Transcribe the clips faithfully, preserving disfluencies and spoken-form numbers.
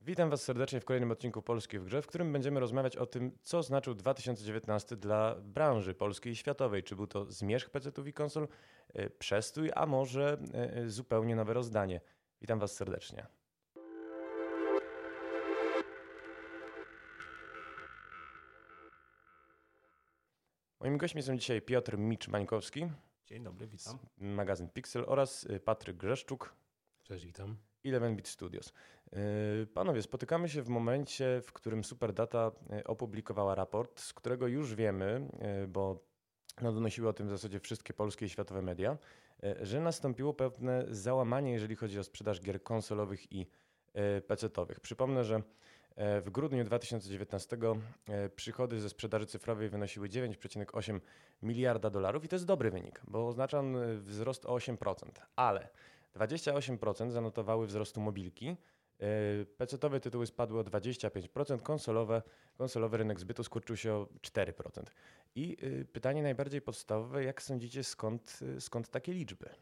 Witam Was serdecznie w kolejnym odcinku Polski w grze, w którym będziemy rozmawiać o tym, co znaczył dwa tysiące dziewiętnasty dla branży polskiej i światowej. Czy był to zmierzch pecetów i konsol, przestój, a może zupełnie nowe rozdanie. Witam Was serdecznie. Moimi gośćmi są dzisiaj Piotr Micz-Mańkowski. Dzień dobry, witam. Magazyn Pixel oraz Patryk Grzeszczuk. Cześć, witam. eleven bit Studios. Panowie, spotykamy się w momencie, w którym Superdata opublikowała raport, z którego już wiemy, bo no, donosiły o tym w zasadzie wszystkie polskie i światowe media, że nastąpiło pewne załamanie, jeżeli chodzi o sprzedaż gier konsolowych i pecetowych. Przypomnę, że w grudniu dwa tysiące dziewiętnastego przychody ze sprzedaży cyfrowej wynosiły dziewięć przecinek osiem miliarda dolarów i to jest dobry wynik, bo oznacza on wzrost o osiem procent, ale dwadzieścia osiem procent zanotowały wzrostu mobilki, pecetowe tytuły spadły o dwadzieścia pięć procent, konsolowe, konsolowy rynek zbytu skurczył się o cztery procent. I pytanie najbardziej podstawowe, jak sądzicie, skąd, skąd takie liczby?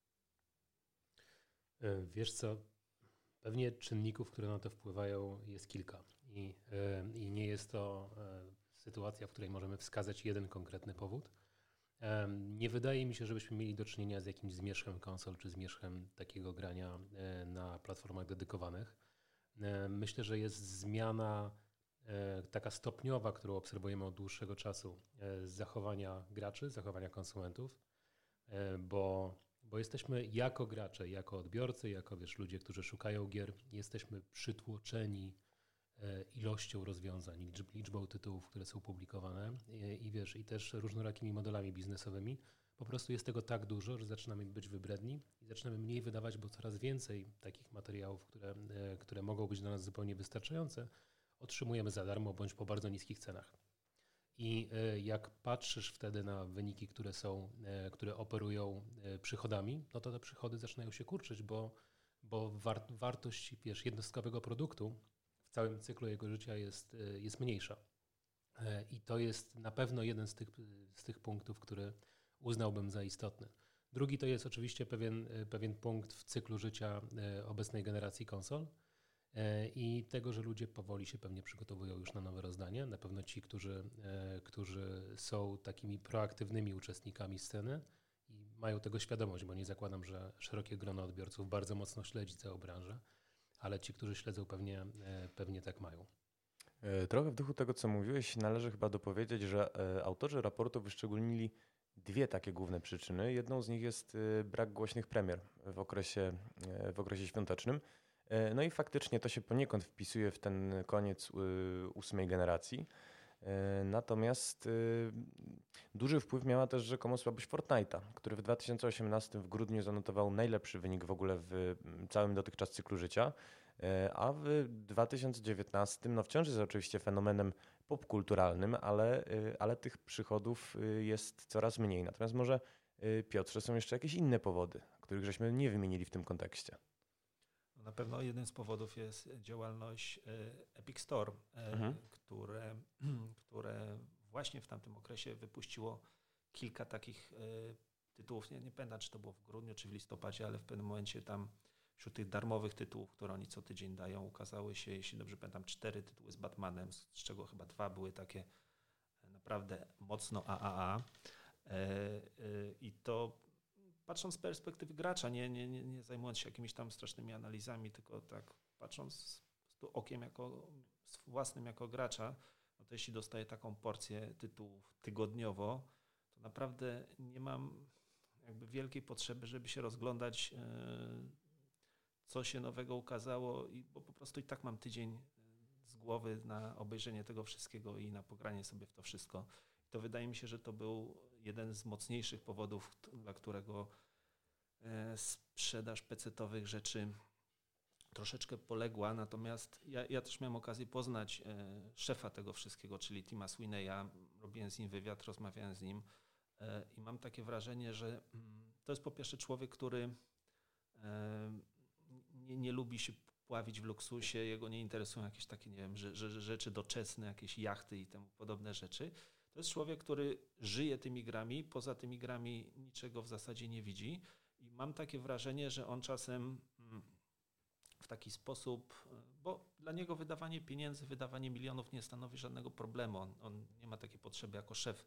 Wiesz co, pewnie czynników, które na to wpływają, jest kilka i, i nie jest to sytuacja, w której możemy wskazać jeden konkretny powód. Nie wydaje mi się, żebyśmy mieli do czynienia z jakimś zmierzchem konsol czy zmierzchem takiego grania na platformach dedykowanych. Myślę, że jest zmiana taka stopniowa, którą obserwujemy od dłuższego czasu z zachowania graczy, zachowania konsumentów, bo, bo jesteśmy jako gracze, jako odbiorcy, jako wiesz, ludzie, którzy szukają gier, jesteśmy przytłoczeni ilością rozwiązań, liczbą tytułów, które są publikowane i, i wiesz, i też różnorakimi modelami biznesowymi. Po prostu jest tego tak dużo, że zaczynamy być wybredni i zaczynamy mniej wydawać, bo coraz więcej takich materiałów, które, które mogą być dla nas zupełnie wystarczające, otrzymujemy za darmo bądź po bardzo niskich cenach. I jak patrzysz wtedy na wyniki, które są, które operują przychodami, no to te przychody zaczynają się kurczyć, bo, bo war, wartość, wiesz, jednostkowego produktu w całym cyklu jego życia jest, jest mniejsza. I to jest na pewno jeden z tych, z tych punktów, który uznałbym za istotny. Drugi to jest oczywiście pewien, pewien punkt w cyklu życia obecnej generacji konsol i tego, że ludzie powoli się pewnie przygotowują już na nowe rozdanie. Na pewno ci, którzy, którzy są takimi proaktywnymi uczestnikami sceny i mają tego świadomość, bo nie zakładam, że szerokie grono odbiorców bardzo mocno śledzi całą branżę, ale ci, którzy śledzą, pewnie, pewnie tak mają. Trochę w duchu tego, co mówiłeś, należy chyba dopowiedzieć, że autorzy raportu wyszczególnili dwie takie główne przyczyny. Jedną z nich jest brak głośnych premier w okresie, w okresie świątecznym. No i faktycznie to się poniekąd wpisuje w ten koniec ósmej generacji. Natomiast duży wpływ miała też rzekomo słabość Fortnite'a, który w dwa tysiące osiemnastym w grudniu zanotował najlepszy wynik w ogóle w całym dotychczas cyklu życia, a w dwa tysiące dziewiętnastym no wciąż jest oczywiście fenomenem popkulturalnym, ale, ale tych przychodów jest coraz mniej. Natomiast może, Piotrze, są jeszcze jakieś inne powody, których żeśmy nie wymienili w tym kontekście? Na pewno jeden z powodów jest działalność Epic Store, mhm. które, które właśnie w tamtym okresie wypuściło kilka takich tytułów. Nie, nie pamiętam, czy to było w grudniu, czy w listopadzie, ale w pewnym momencie tam wśród tych darmowych tytułów, które oni co tydzień dają, ukazały się, jeśli dobrze pamiętam, cztery tytuły z Batmanem, z czego chyba dwa były takie naprawdę mocno A A A. I to patrząc z perspektywy gracza, nie, nie, nie, nie zajmując się jakimiś tam strasznymi analizami, tylko tak patrząc po prostu okiem jako własnym jako gracza, no to jeśli dostaję taką porcję tytułów tygodniowo, to naprawdę nie mam jakby wielkiej potrzeby, żeby się rozglądać, co się nowego ukazało, i bo po prostu i tak mam tydzień z głowy na obejrzenie tego wszystkiego i na pogranie sobie w to wszystko. To wydaje mi się, że to był jeden z mocniejszych powodów, dla którego sprzedaż pecetowych rzeczy troszeczkę poległa. Natomiast ja, ja też miałem okazję poznać szefa tego wszystkiego, czyli Tima Sweeneya. Robiłem z nim wywiad, rozmawiałem z nim i mam takie wrażenie, że to jest po pierwsze człowiek, który nie, nie lubi się pławić w luksusie, jego nie interesują jakieś takie, nie wiem, że, że, rzeczy doczesne, jakieś jachty i temu podobne rzeczy. To jest człowiek, który żyje tymi grami, poza tymi grami niczego w zasadzie nie widzi i mam takie wrażenie, że on czasem w taki sposób, bo dla niego wydawanie pieniędzy, wydawanie milionów nie stanowi żadnego problemu. On, on nie ma takiej potrzeby jako szef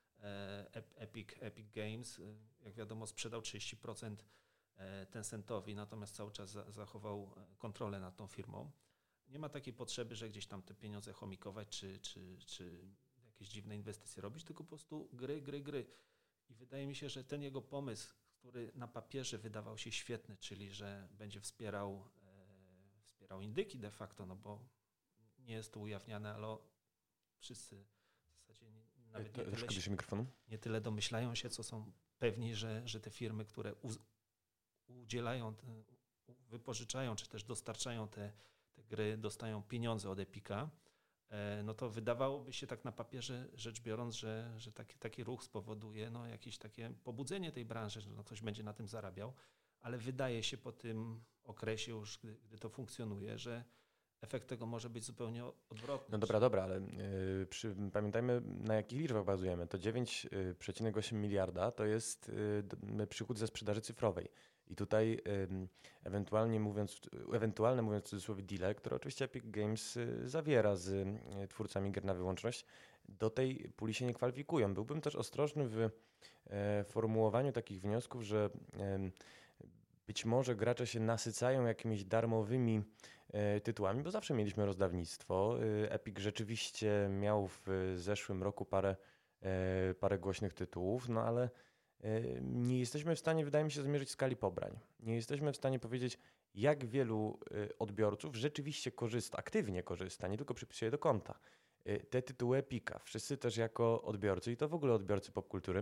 Epic, Epic Games. Jak wiadomo, sprzedał trzydzieści procent Tencentowi, natomiast cały czas za, zachował kontrolę nad tą firmą. Nie ma takiej potrzeby, że gdzieś tam te pieniądze chomikować, czy, czy, czy jakieś dziwne inwestycje robić, tylko po prostu gry, gry, gry. I wydaje mi się, że ten jego pomysł, który na papierze wydawał się świetny, czyli że będzie wspierał, e, wspierał indyki de facto, no bo nie jest to ujawniane, ale wszyscy w zasadzie nie, nawet nie tyle, nie tyle domyślają się, co są pewni, że, że te firmy, które u, udzielają, wypożyczają, czy też dostarczają te, te gry, dostają pieniądze od Epica, no to wydawałoby się tak na papierze rzecz biorąc, że, że taki, taki ruch spowoduje no, jakieś takie pobudzenie tej branży, że no, ktoś będzie na tym zarabiał, ale wydaje się po tym okresie już, gdy, gdy to funkcjonuje, że efekt tego może być zupełnie odwrotny. No dobra, dobra, ale yy, przy, pamiętajmy, na jakich liczbach bazujemy. To dziewięć przecinek osiem miliarda to jest yy, przychód ze sprzedaży cyfrowej. I tutaj yy, ewentualnie mówiąc, ewentualne mówiąc w cudzysłowie deale, które oczywiście Epic Games yy, zawiera z yy, twórcami gier na wyłączność, do tej puli się nie kwalifikują. Byłbym też ostrożny w yy, formułowaniu takich wniosków, że yy, być może gracze się nasycają jakimiś darmowymi e, tytułami, bo zawsze mieliśmy rozdawnictwo. E, Epic rzeczywiście miał w zeszłym roku parę, e, parę głośnych tytułów, no ale e, nie jesteśmy w stanie, wydaje mi się, zmierzyć skali pobrań. Nie jesteśmy w stanie powiedzieć, jak wielu e, odbiorców rzeczywiście korzysta, aktywnie korzysta, nie tylko przypisuje do konta. E, te tytuły Epica, wszyscy też jako odbiorcy i to w ogóle odbiorcy popkultury,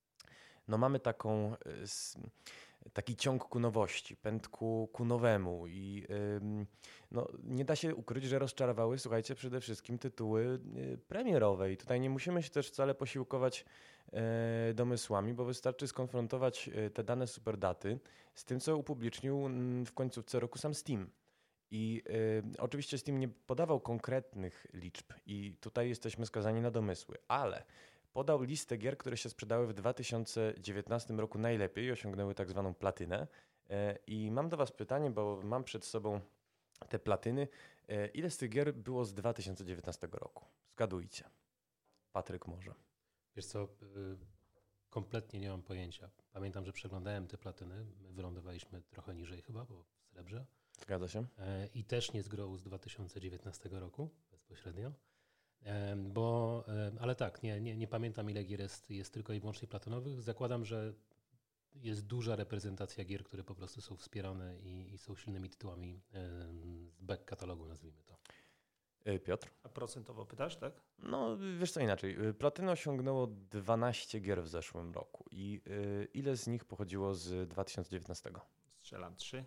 no mamy taką... E, taki ciąg ku nowości, pęd ku, ku nowemu i ym, no, nie da się ukryć, że rozczarowały, słuchajcie, przede wszystkim tytuły y, premierowe i tutaj nie musimy się też wcale posiłkować y, domysłami, bo wystarczy skonfrontować y, te dane superdaty z tym, co upublicznił y, w końcówce roku sam Steam. I y, oczywiście Steam nie podawał konkretnych liczb i tutaj jesteśmy skazani na domysły, ale podał listę gier, które się sprzedały w dwa tysiące dziewiętnastym roku najlepiej i osiągnęły tak zwaną platynę. I mam do was pytanie, bo mam przed sobą te platyny. Ile z tych gier było z dwa tysiące dziewiętnastego roku? Zgadujcie. Patryk może. Wiesz co, kompletnie nie mam pojęcia. Pamiętam, że przeglądałem te platyny. My wylądowaliśmy trochę niżej chyba, bo w srebrze. Zgadza się. I też nie z grą z dwa tysiące dziewiętnastego roku bezpośrednio. Bo, ale tak, nie, nie, nie pamiętam ile gier jest, jest tylko i wyłącznie platynowych. Zakładam, że jest duża reprezentacja gier, które po prostu są wspierane i, i są silnymi tytułami z back katalogu, nazwijmy to. Piotr? A procentowo pytasz, tak? No wiesz co inaczej. Platyna osiągnęło dwanaście gier w zeszłym roku i y, ile z nich pochodziło z dwa tysiące dziewiętnastego? Strzelam trzy.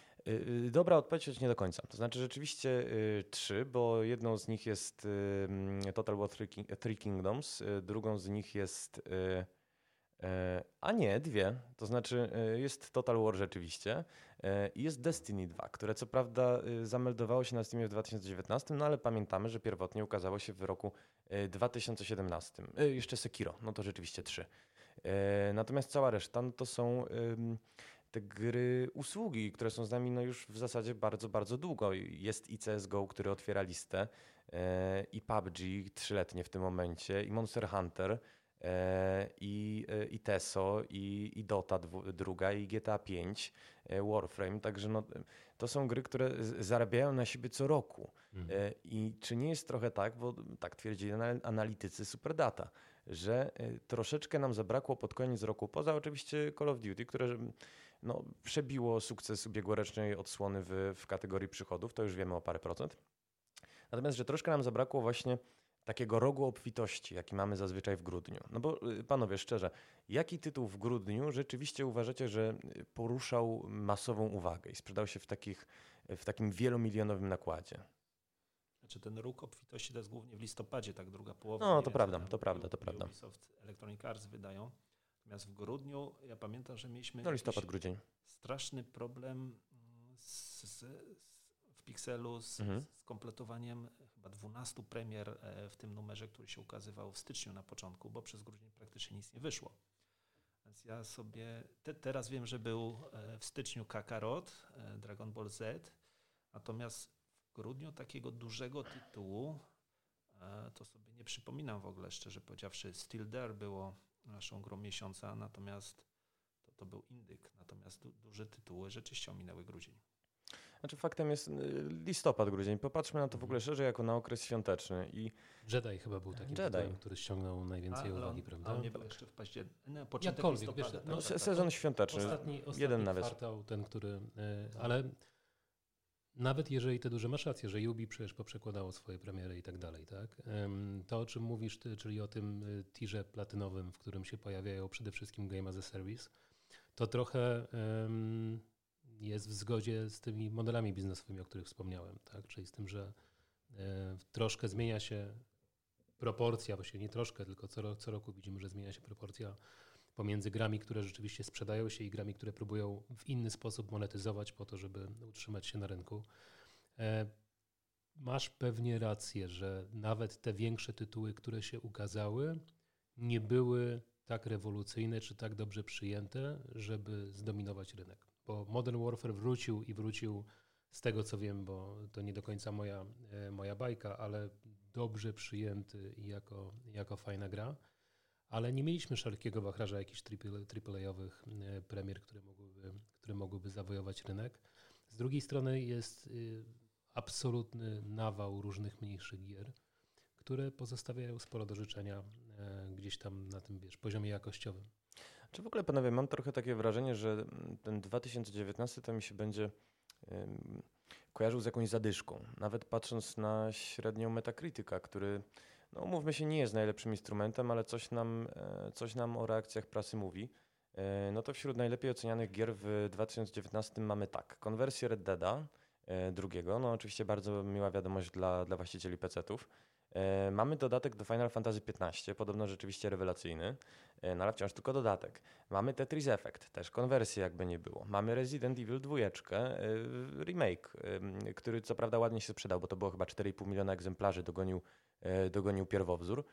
Dobra odpowiedź, choć nie do końca. To znaczy rzeczywiście y, trzy, bo jedną z nich jest y, Total War Three, King, Three Kingdoms, y, drugą z nich jest, y, y, a nie, dwie. To znaczy y, jest Total War rzeczywiście i y, jest Destiny dwa, które co prawda y, zameldowało się na Steamie w dwa tysiące dziewiętnastym, no ale pamiętamy, że pierwotnie ukazało się w roku y, dwa tysiące siedemnastym. Y, jeszcze Sekiro, no to rzeczywiście trzy. Y, natomiast cała reszta no to są... Y, te gry, usługi, które są z nami no już w zasadzie bardzo, bardzo długo. Jest i C S G O, który otwiera listę, e, i P U B G trzyletnie w tym momencie, i Monster Hunter, e, i, e, i Teso, i, i Dota dwu, druga, i G T A pięć, e, Warframe. Także no, to są gry, które z, zarabiają na siebie co roku. Mhm. E, I czy nie jest trochę tak, bo tak twierdzili analitycy Superdata, że e, troszeczkę nam zabrakło pod koniec roku, poza oczywiście Call of Duty, które... No, przebiło sukces ubiegłorocznej odsłony w, w kategorii przychodów, to już wiemy o parę procent. Natomiast, że troszkę nam zabrakło właśnie takiego rogu obfitości, jaki mamy zazwyczaj w grudniu. No bo panowie, szczerze, jaki tytuł w grudniu rzeczywiście uważacie, że poruszał masową uwagę i sprzedał się w, takich, w takim wielomilionowym nakładzie? Znaczy ten róg obfitości to jest głównie w listopadzie, tak druga połowa. No to prawda, to prawda, to prawda. Ubisoft, Electronic Arts wydają. Natomiast w grudniu ja pamiętam, że mieliśmy no, listopad, grudzień. straszny problem z, z, w Pixelu z, mhm. z kompletowaniem chyba dwunastu premier w tym numerze, który się ukazywał w styczniu na początku, bo przez grudzień praktycznie nic nie wyszło. Więc ja sobie, te, teraz wiem, że był w styczniu Kakarot, Dragon Ball Z, Natomiast w grudniu takiego dużego tytułu to sobie nie przypominam w ogóle, szczerze powiedziawszy. Still There było naszą grą miesiąca, natomiast to, to był indyk. Natomiast du, duże tytuły rzeczywiście ominęły grudzień. Znaczy faktem jest listopad, grudzień. Popatrzmy na to w ogóle szerzej jako na okres świąteczny. I Jedi chyba był takim Jedi. tytułem, który ściągnął najwięcej A, uwagi, on, prawda? A on nie był jeszcze w październiku. No, początek Jakkolwiek, listopada. wiesz, Tak, no, tak, tak. sezon świąteczny, Ostatni, ostatni jeden nawet. kwartał, ten, który... Ale nawet jeżeli te duże masz rację, że Ubi przecież poprzekładało swoje premiery i tak dalej, tak? To, o czym mówisz ty, czyli o tym tirze platynowym, w którym się pojawiają przede wszystkim Game as a Service, to trochę um, jest w zgodzie z tymi modelami biznesowymi, o których wspomniałem, tak? Czyli z tym, że e, troszkę zmienia się proporcja, właściwie nie troszkę, tylko co, co roku widzimy, że zmienia się proporcja pomiędzy grami, które rzeczywiście sprzedają się i grami, które próbują w inny sposób monetyzować po to, żeby utrzymać się na rynku. E, masz pewnie rację, że nawet te większe tytuły, które się ukazały, nie były tak rewolucyjne czy tak dobrze przyjęte, żeby zdominować rynek. Bo Modern Warfare wrócił i wrócił z tego, co wiem, bo to nie do końca moja, e, moja bajka, ale dobrze przyjęty i jako, jako fajna gra. Ale nie mieliśmy wszelkiego wachlarza jakichś triple A-owych premier, które mogłyby, które mogłyby zawojować rynek. Z drugiej strony jest absolutny nawał różnych mniejszych gier, które pozostawiają sporo do życzenia gdzieś tam na tym, wiesz, poziomie jakościowym. Czy w ogóle, panowie, mam trochę takie wrażenie, że ten dwa tysiące dziewiętnasty to mi się będzie um, kojarzył z jakąś zadyszką. Nawet patrząc na średnią Metacritica, który... No umówmy się, nie jest najlepszym instrumentem, ale coś nam, coś nam o reakcjach prasy mówi. No to wśród najlepiej ocenianych gier w dwa tysiące dziewiętnastym mamy tak, konwersję Red Deada drugiego, no oczywiście bardzo miła wiadomość dla, dla właścicieli pecetów. Mamy dodatek do Final Fantasy piętnaście, podobno rzeczywiście rewelacyjny, no ale wciąż tylko dodatek. Mamy Tetris Effect, też konwersję jakby nie było. Mamy Resident Evil dwa, remake, który co prawda ładnie się sprzedał, bo to było chyba cztery i pół miliona egzemplarzy, dogonił dogonił pierwowzór.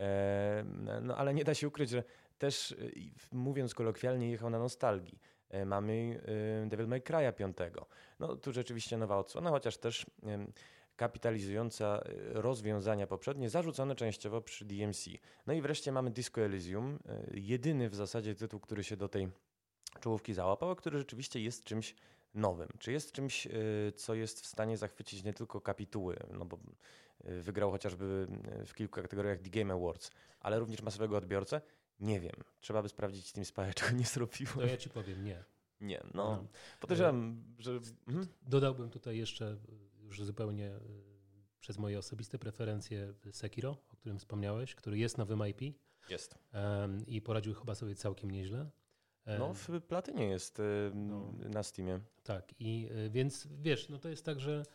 No ale nie da się ukryć, że też mówiąc kolokwialnie jechał na nostalgii. Mamy Devil May Cry'a piątego. No tu rzeczywiście nowa odsłona, chociaż też kapitalizująca rozwiązania poprzednie, zarzucone częściowo przy D M C. No i wreszcie mamy Disco Elysium, jedyny w zasadzie tytuł, który się do tej czołówki załapał, a który rzeczywiście jest czymś nowym. Czy jest czymś, co jest w stanie zachwycić nie tylko kapituły, no bo wygrał chociażby w kilku kategoriach The Game Awards, ale również masowego odbiorcę? Nie wiem. Trzeba by sprawdzić Steam Spy, czego nie zrobiło. To ja ci powiem, nie. Nie, no. no. Podejrzewam, że... Mhm. Dodałbym tutaj jeszcze już zupełnie przez moje osobiste preferencje Sekiro, o którym wspomniałeś, który jest nowym I P. Jest. Um, I poradził chyba sobie całkiem nieźle. No w platynie jest no. na Steamie. Tak, i więc wiesz, no to jest tak, że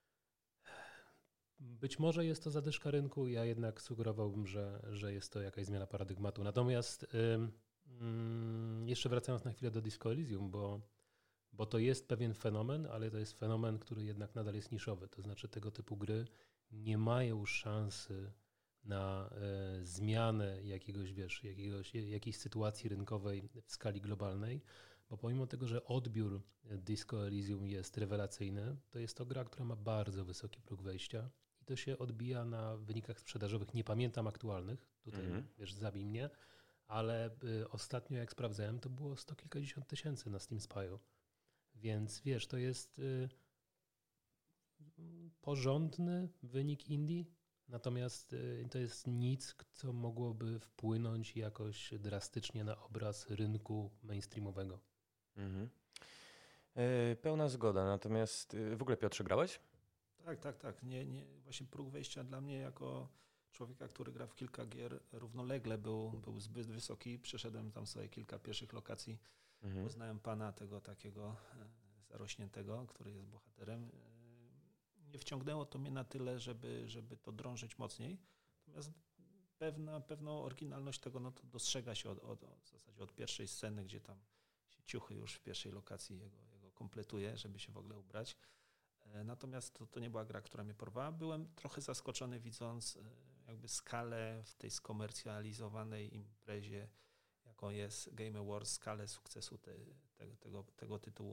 być może jest to zadyszka rynku, ja jednak sugerowałbym, że, że jest to jakaś zmiana paradygmatu. Natomiast ym, jeszcze wracając na chwilę do Disco Elysium, bo, bo to jest pewien fenomen, ale to jest fenomen, który jednak nadal jest niszowy. To znaczy tego typu gry nie mają szansy na e, zmianę jakiegoś, wiesz, jakiegoś, jakiejś sytuacji rynkowej w skali globalnej, bo pomimo tego, że odbiór Disco Elysium jest rewelacyjny, to jest to gra, która ma bardzo wysoki próg wejścia i to się odbija na wynikach sprzedażowych. Nie pamiętam aktualnych, tutaj mm-hmm. wiesz, zabij mnie, ale y, ostatnio jak sprawdzałem, to było sto kilkadziesiąt tysięcy na Steam Spy'u. Więc wiesz, to jest y, porządny wynik indie, natomiast y, to jest nic, co mogłoby wpłynąć jakoś drastycznie na obraz rynku mainstreamowego. Mhm. Yy, pełna zgoda, natomiast yy, w ogóle Piotrze grałeś? Tak, tak, tak. Nie, nie, właśnie próg wejścia dla mnie jako człowieka, który gra w kilka gier równolegle był, był zbyt wysoki. Przeszedłem tam sobie kilka pierwszych lokacji. Mhm. Poznałem pana tego takiego zarośniętego, który jest bohaterem. Nie wciągnęło to mnie na tyle, żeby, żeby to drążyć mocniej. Natomiast pewna, pewną oryginalność tego no to dostrzega się od, od, od, w zasadzie od pierwszej sceny, gdzie tam się ciuchy już w pierwszej lokacji jego, jego kompletuje, żeby się w ogóle ubrać. Natomiast to, to nie była gra, która mnie porwała. Byłem trochę zaskoczony, widząc jakby skalę w tej skomercjalizowanej imprezie, jaką jest Game Awards, skalę sukcesu te, te, tego, tego tytułu.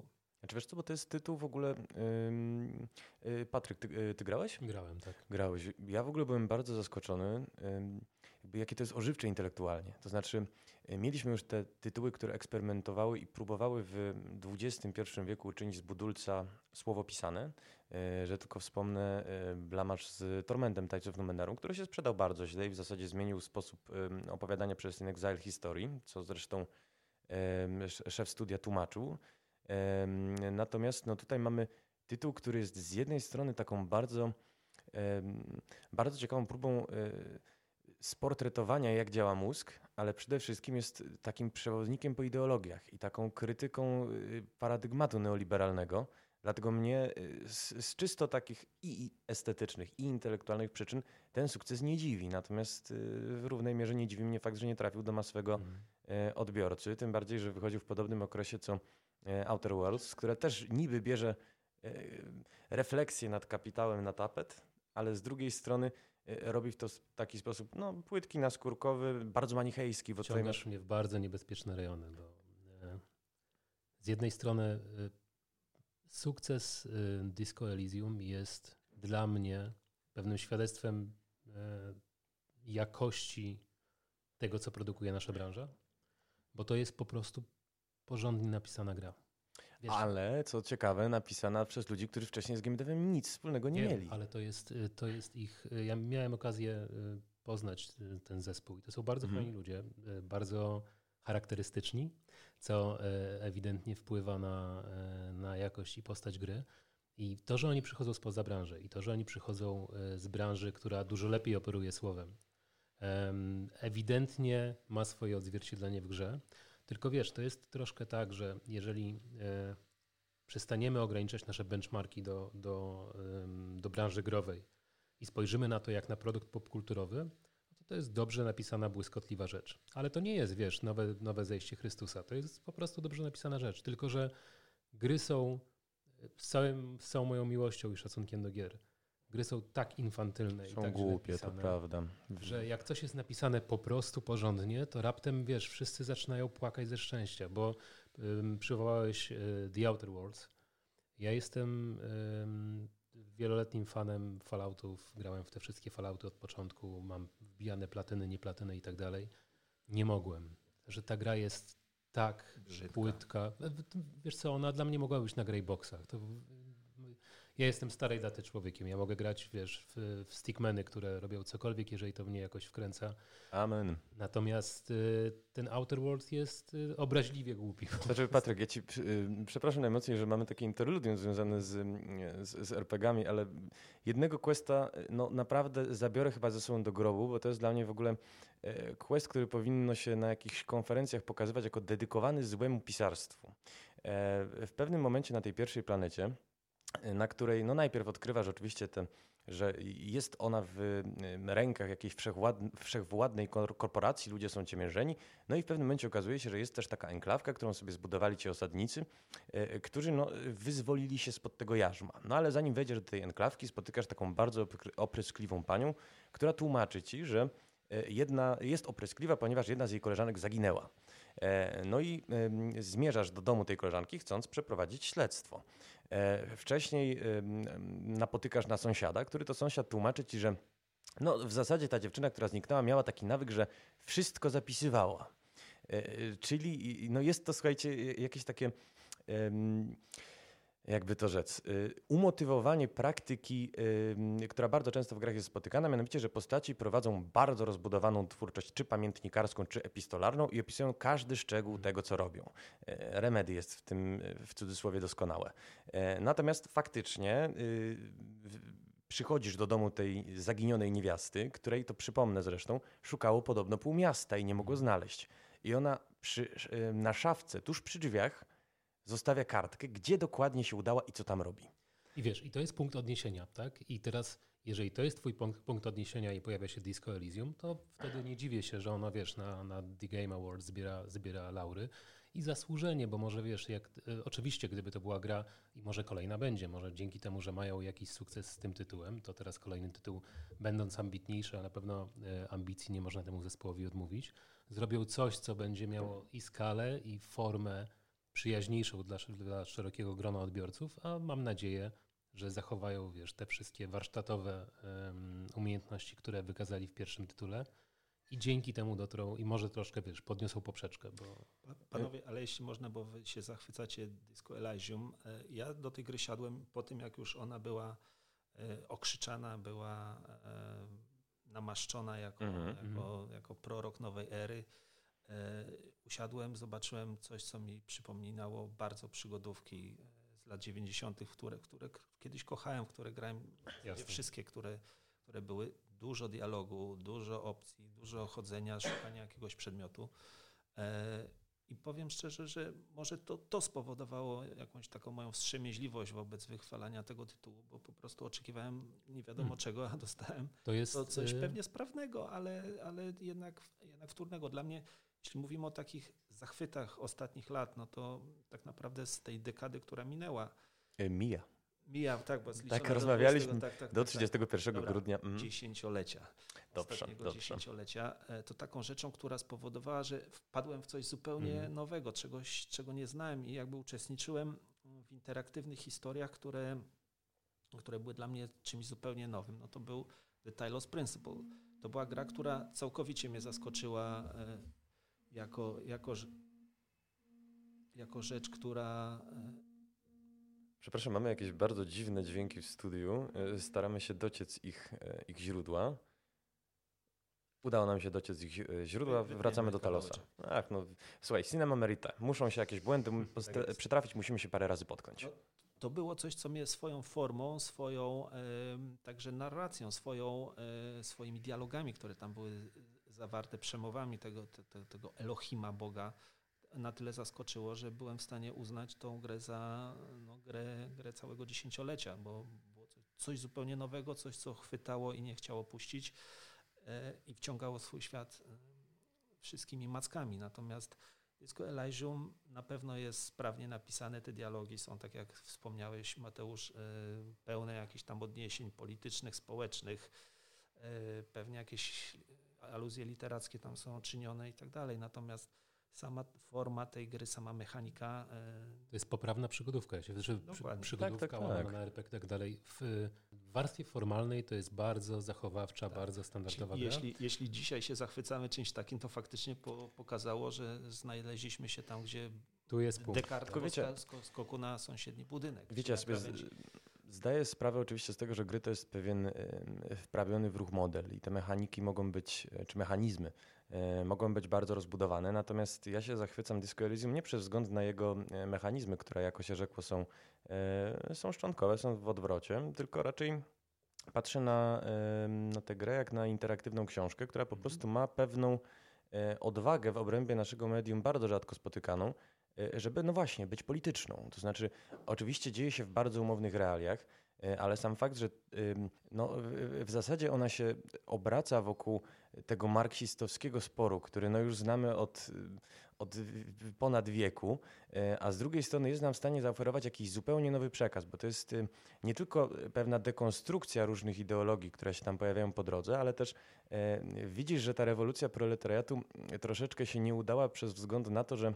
Znaczy wiesz co, bo to jest tytuł w ogóle... Yy, yy, Patryk, ty, yy, ty grałeś? Grałem, tak. Grałeś. Ja w ogóle byłem bardzo zaskoczony, yy, jakby jakie to jest ożywcze intelektualnie. To znaczy yy, mieliśmy już te tytuły, które eksperymentowały i próbowały w dwudziestym pierwszym wieku uczynić z budulca słowo pisane, yy, że tylko wspomnę yy, blamasz z Tormentem Tides of Numenarum, który się sprzedał bardzo źle i w zasadzie zmienił sposób yy, opowiadania przez In Exile historii, co zresztą yy, szef studia tłumaczył. Natomiast no, tutaj mamy tytuł, który jest z jednej strony taką bardzo, bardzo ciekawą próbą sportretowania, jak działa mózg, ale przede wszystkim jest takim przewodnikiem po ideologiach i taką krytyką paradygmatu neoliberalnego. Dlatego mnie z, z czysto takich i estetycznych, i intelektualnych przyczyn ten sukces nie dziwi. Natomiast w równej mierze nie dziwi mnie fakt, że nie trafił do masowego mm. odbiorcy. Tym bardziej, że wychodził w podobnym okresie co Outer Worlds, które też niby bierze refleksję nad kapitałem na tapet, ale z drugiej strony robi w to w taki sposób no, płytki, naskórkowy, bardzo manichejski. Bo Wciągasz masz... mnie w bardzo niebezpieczne rejony. Bo z jednej strony sukces Disco Elysium jest dla mnie pewnym świadectwem jakości tego, co produkuje nasza branża, bo to jest po prostu porządnie napisana gra. Wiesz, ale, co ciekawe, napisana przez ludzi, którzy wcześniej z game devem nic wspólnego nie, nie mieli. Ale to jest, to jest ich... Ja miałem okazję poznać ten zespół i to są bardzo mhm. fajni ludzie, bardzo charakterystyczni, co ewidentnie wpływa na, na jakość i postać gry. I to, że oni przychodzą spoza branży i to, że oni przychodzą z branży, która dużo lepiej operuje słowem, ewidentnie ma swoje odzwierciedlenie w grze. Tylko wiesz, to jest troszkę tak, że jeżeli e, przestaniemy ograniczać nasze benchmarki do, do, e, do branży growej i spojrzymy na to jak na produkt popkulturowy, to to jest dobrze napisana, błyskotliwa rzecz. Ale to nie jest, wiesz, nowe, nowe zejście Chrystusa. To jest po prostu dobrze napisana rzecz. Tylko że gry są z, całym, z całą moją miłością i szacunkiem do gier. Gry są tak infantylne są i tak głupie, napisane, to prawda. Że jak coś jest napisane po prostu porządnie, to raptem, wiesz, wszyscy zaczynają płakać ze szczęścia, bo um, przywołałeś y, The Outer Worlds. Ja jestem um, wieloletnim fanem Falloutów, grałem w te wszystkie Fallouty od początku, mam wbijane platyny, nie platyny i tak dalej. Nie mogłem, że ta gra jest tak brzydka, płytka. Wiesz co, ona dla mnie mogła być na greyboxach. To ja jestem starej daty człowiekiem. Ja mogę grać, wiesz, w, w stickmany, które robią cokolwiek, jeżeli to mnie jakoś wkręca. Amen. Natomiast y, ten Outer Worlds jest y, obraźliwie głupi. Znaczy, Patryk, ja ci y, przepraszam najmocniej, że mamy takie interludium związane z, z, z er pe gie ami, ale jednego questa no, naprawdę zabiorę chyba ze sobą do grobu, bo to jest dla mnie w ogóle y, quest, który powinno się na jakichś konferencjach pokazywać jako dedykowany złemu pisarstwu. Y, w pewnym momencie na tej pierwszej planecie, na której no najpierw odkrywasz oczywiście, ten, że jest ona w rękach jakiejś wszechwładnej, wszechwładnej korporacji, ludzie są ciemiężeni, no i w pewnym momencie okazuje się, że jest też taka enklawka, którą sobie zbudowali ci osadnicy, którzy no, wyzwolili się spod tego jarzma. No ale zanim wejdziesz do tej enklawki, spotykasz taką bardzo opryskliwą panią, która tłumaczy ci, że jedna jest opryskliwa, ponieważ jedna z jej koleżanek zaginęła. No i zmierzasz do domu tej koleżanki, chcąc przeprowadzić śledztwo. Wcześniej napotykasz na sąsiada, który to sąsiad tłumaczy ci, że no, w zasadzie ta dziewczyna, która zniknęła, miała taki nawyk, że wszystko zapisywała. Czyli no jest to, słuchajcie, jakieś takie... jakby to rzec, umotywowanie praktyki, która bardzo często w grach jest spotykana, mianowicie, że postaci prowadzą bardzo rozbudowaną twórczość, czy pamiętnikarską, czy epistolarną i opisują każdy szczegół tego, co robią. Remedy jest w tym w cudzysłowie doskonałe. Natomiast faktycznie przychodzisz do domu tej zaginionej niewiasty, której, to przypomnę zresztą, szukało podobno pół miasta i nie mogło znaleźć. I ona przy, na szafce, tuż przy drzwiach, zostawia kartkę, gdzie dokładnie się udała i co tam robi. I wiesz, i to jest punkt odniesienia, tak? I teraz, jeżeli to jest twój punkt, punkt odniesienia i pojawia się Disco Elysium, to wtedy nie dziwię się, że ona, wiesz, na, na The Game Awards zbiera, zbiera laury i zasłużenie, bo może, wiesz, jak e, oczywiście, gdyby to była gra i może kolejna będzie, może dzięki temu, że mają jakiś sukces z tym tytułem, to teraz kolejny tytuł, będąc ambitniejszy, a na pewno e, ambicji nie można temu zespołowi odmówić, zrobią coś, co będzie miało i skalę, i formę przyjaźniejszą dla, dla szerokiego grona odbiorców, a mam nadzieję, że zachowają, wiesz, te wszystkie warsztatowe um, umiejętności, które wykazali w pierwszym tytule i dzięki temu dotrą i może troszkę, wiesz, podniosą poprzeczkę. Bo... Panowie, ale jeśli można, bo wy się zachwycacie Disco Elysium, ja do tej gry siadłem po tym, jak już ona była okrzyczana, była namaszczona jako, mm-hmm. jako, jako prorok nowej ery. Usiadłem, zobaczyłem coś, co mi przypominało bardzo przygodówki z lat dziewięćdziesiątych, które, które kiedyś kochałem, które grałem, wszystkie, które, które były. Dużo dialogu, dużo opcji, dużo chodzenia, szukania jakiegoś przedmiotu. I powiem szczerze, że może to, to spowodowało jakąś taką moją wstrzemięźliwość wobec wychwalania tego tytułu, bo po prostu oczekiwałem nie wiadomo hmm. czego, a dostałem to, jest, to coś pewnie sprawnego, ale, ale jednak, jednak wtórnego. Dla mnie, jeśli mówimy o takich zachwytach ostatnich lat, no to tak naprawdę z tej dekady, która minęła. Mija. Mija, tak, bo tak rozmawialiśmy do, tak, tak, do trzydziestego pierwszego tak. grudnia. Mm. Dziesięciolecia. Dobrze, ostatniego dobrze. dziesięciolecia. To taką rzeczą, która spowodowała, że wpadłem w coś zupełnie mm. nowego, czegoś, czego nie znałem i jakby uczestniczyłem w interaktywnych historiach, które, które były dla mnie czymś zupełnie nowym. No to był The Talos Principle. To była gra, która całkowicie mnie zaskoczyła jako, jako, jako rzecz, która... Przepraszam, mamy jakieś bardzo dziwne dźwięki w studiu. Staramy się dociec ich, ich źródła. Udało nam się dociec ich źródła, wracamy do Talosa. Ach, no, słuchaj, cinema merita. Muszą się jakieś błędy tak przytrafić, musimy się parę razy potknąć. No, to było coś, co mnie swoją formą, swoją e, także narracją, swoją, e, swoimi dialogami, które tam były zawarte, przemowami tego, te, te, tego Elohima Boga, na tyle zaskoczyło, że byłem w stanie uznać tą grę za no, grę, grę całego dziesięciolecia, bo było coś, coś zupełnie nowego, coś, co chwytało i nie chciało puścić e, i wciągało swój świat e, wszystkimi mackami. Natomiast Disco Elysium na pewno jest sprawnie napisane, te dialogi są, tak jak wspomniałeś, Mateusz, e, pełne jakichś tam odniesień politycznych, społecznych, e, pewnie jakieś aluzje literackie tam są czynione i tak dalej. Natomiast sama forma tej gry, sama mechanika. To jest poprawna przygodówka. Ja się wydaje, że przygodówka, tak, tak, tak. na R P G i tak dalej. W warstwie formalnej to jest bardzo zachowawcza, tak. bardzo standardowa gra. Jeśli, jeśli dzisiaj się zachwycamy czymś takim, to faktycznie po, pokazało, że znaleźliśmy się tam, gdzie tu jest Descartes skoku na sąsiedni budynek. Wiecie, ja sobie z, zdaję sprawę oczywiście z tego, że gry to jest pewien wprawiony w ruch model i te mechaniki mogą być, czy mechanizmy mogą być bardzo rozbudowane, natomiast ja się zachwycam Disco Elysium nie przez wzgląd na jego mechanizmy, które jako się rzekło są, są szczątkowe, są w odwrocie, tylko raczej patrzę na, na tę grę jak na interaktywną książkę, która po prostu ma pewną odwagę w obrębie naszego medium bardzo rzadko spotykaną, żeby no właśnie być polityczną. To znaczy oczywiście dzieje się w bardzo umownych realiach, ale sam fakt, że no, w zasadzie ona się obraca wokół tego marksistowskiego sporu, który no już znamy od, od ponad wieku, a z drugiej strony jest nam w stanie zaoferować jakiś zupełnie nowy przekaz, bo to jest nie tylko pewna dekonstrukcja różnych ideologii, które się tam pojawiają po drodze, ale też e, widzisz, że ta rewolucja proletariatu troszeczkę się nie udała przez wzgląd na to, że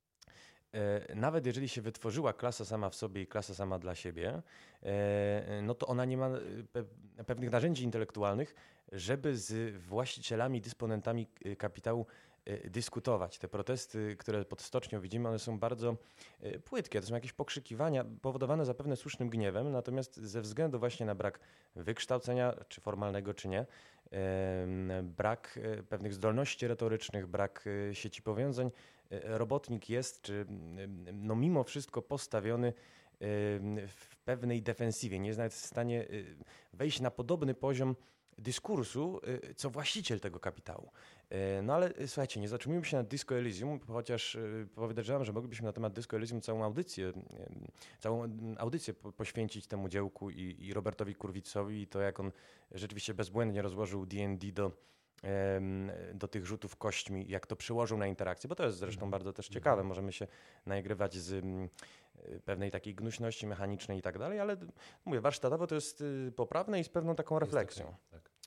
nawet jeżeli się wytworzyła klasa sama w sobie i klasa sama dla siebie, no to ona nie ma pewnych narzędzi intelektualnych, żeby z właścicielami, dysponentami kapitału dyskutować. Te protesty, które pod stocznią widzimy, one są bardzo płytkie. To są jakieś pokrzykiwania powodowane zapewne słusznym gniewem, natomiast ze względu właśnie na brak wykształcenia, czy formalnego, czy nie, brak pewnych zdolności retorycznych, brak sieci powiązań, robotnik jest, czy no mimo wszystko postawiony w pewnej defensywie. Nie jest nawet w stanie wejść na podobny poziom dyskursu, co właściciel tego kapitału. No ale słuchajcie, nie zatrzymujmy się na Disco Elysium, chociaż powiedziałem, że moglibyśmy na temat Disco Elysium całą audycję, całą audycję poświęcić temu dziełku i, i Robertowi Kurwicowi i to, jak on rzeczywiście bezbłędnie rozłożył D and D do do tych rzutów kośćmi, jak to przyłożył na interakcję, bo to jest zresztą bardzo też ciekawe. Możemy się naigrywać z pewnej takiej gnuśności mechanicznej i tak dalej, ale mówię, warsztatowo to jest poprawne i z pewną taką refleksją. Tak, tak.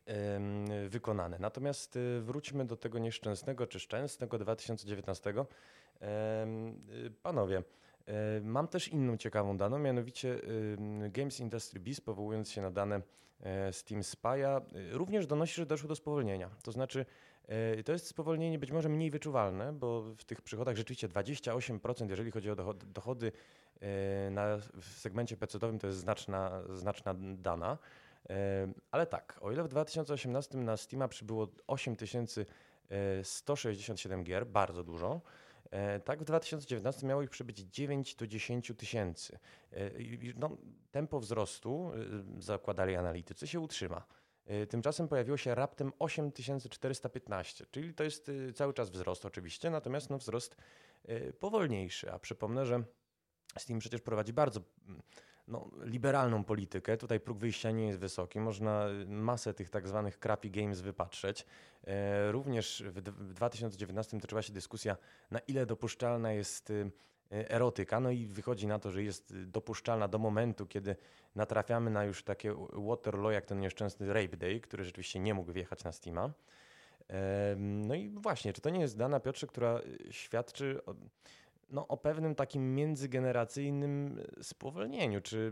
wykonane. Natomiast wróćmy do tego nieszczęsnego czy szczęsnego dwa tysiące dziewiętnastego. Panowie, mam też inną ciekawą daną, mianowicie Games Industry Biz, powołując się na dane Steam Spy'a, również donosi, że doszło do spowolnienia. To znaczy, to jest spowolnienie być może mniej wyczuwalne, bo w tych przychodach rzeczywiście dwadzieścia osiem procent, jeżeli chodzi o dochody na, w segmencie pecetowym, to jest znaczna, znaczna dana. Ale tak, o ile w dwa tysiące osiemnastym na Steama przybyło osiem tysięcy sto sześćdziesiąt siedem gier, bardzo dużo, tak w dwa tysiące dziewiętnastym miało ich przybyć dziewięć do dziesięciu tysięcy. No, tempo wzrostu, zakładali analitycy, się utrzyma. Tymczasem pojawiło się raptem osiem tysięcy czterysta piętnaście, czyli to jest cały czas wzrost oczywiście, natomiast no, wzrost powolniejszy. A przypomnę, że Steam przecież prowadzi bardzo no, liberalną politykę. Tutaj próg wyjścia nie jest wysoki. Można masę tych tak zwanych crappy games wypatrzeć. E, również w, w dwa tysiące dziewiętnastym toczyła się dyskusja, na ile dopuszczalna jest erotyka. No i wychodzi na to, że jest dopuszczalna do momentu, kiedy natrafiamy na już takie waterloo, jak ten nieszczęsny Rape Day, który rzeczywiście nie mógł wjechać na Steama. E, no i właśnie, czy to nie jest dana, Piotrze, która świadczy o, no, o pewnym takim międzygeneracyjnym spowolnieniu? Czy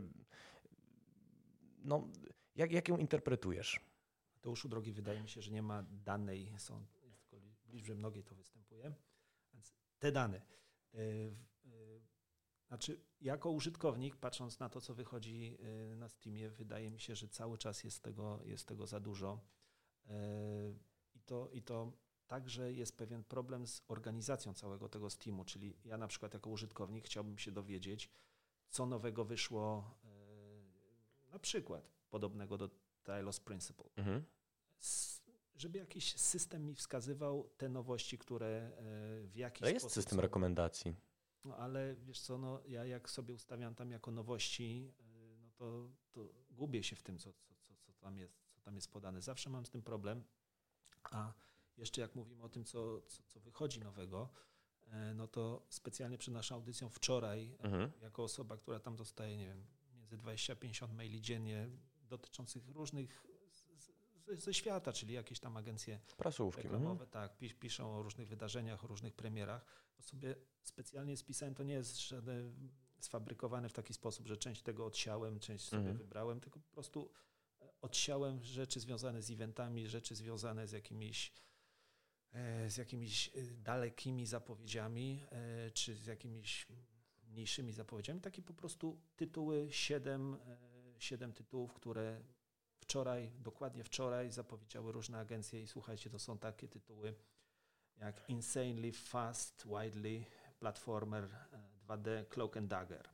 no, jak, jak ją interpretujesz? Mateuszu drogi, wydaje mi się, że nie ma danej, są tylko w liczbie mnogiej to występuje. Więc te dane. Yy, yy, znaczy, jako użytkownik, patrząc na to, co wychodzi yy, na Steamie, wydaje mi się, że cały czas jest tego, jest tego za dużo. Yy, i, to, I to także jest pewien problem z organizacją całego tego Steamu, czyli ja na przykład jako użytkownik chciałbym się dowiedzieć, co nowego wyszło, yy, na przykład podobnego do Talos Principle. Mhm. S- żeby jakiś system mi wskazywał te nowości, które yy, w jakiś ale jest sposób system są. rekomendacji. No ale wiesz co, no, ja jak sobie ustawiam tam jako nowości, yy, no to, to gubię się w tym, co, co, co, co, tam jest, co tam jest podane. Zawsze mam z tym problem, a jeszcze jak mówimy o tym, co, co, co wychodzi nowego, no to specjalnie przed naszą audycją wczoraj, mhm. jako osoba, która tam dostaje, nie wiem, między dwadzieścia a pięćdziesiąt maili dziennie dotyczących różnych z, z, ze świata, czyli jakieś tam agencje prasówki reklamowe, mhm. tak, pis, piszą o różnych wydarzeniach, o różnych premierach. To sobie specjalnie spisałem, to nie jest żaden sfabrykowane w taki sposób, że część tego odsiałem, część sobie mhm. wybrałem, tylko po prostu odsiałem rzeczy związane z eventami, rzeczy związane z jakimiś z jakimiś dalekimi zapowiedziami, czy z jakimiś mniejszymi zapowiedziami. Takie po prostu tytuły, siedem, siedem tytułów, które wczoraj, dokładnie wczoraj zapowiedziały różne agencje i słuchajcie, to są takie tytuły jak Insanely Fast, Widely, Platformer dwa D, Cloak and Dagger,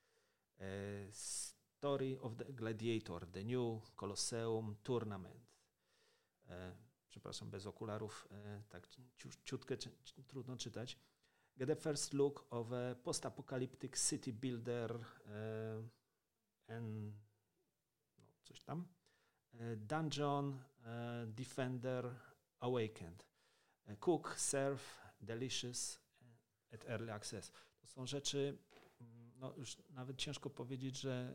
Story of the Gladiator, The New Colosseum Tournament. Przepraszam, bez okularów, tak ciutkę trudno czytać. Get a first look of a post-apocalyptic city builder and no, coś tam. Dungeon Defender Awakened. Cook, Serve, Delicious at Early Access. To są rzeczy, no już nawet ciężko powiedzieć, że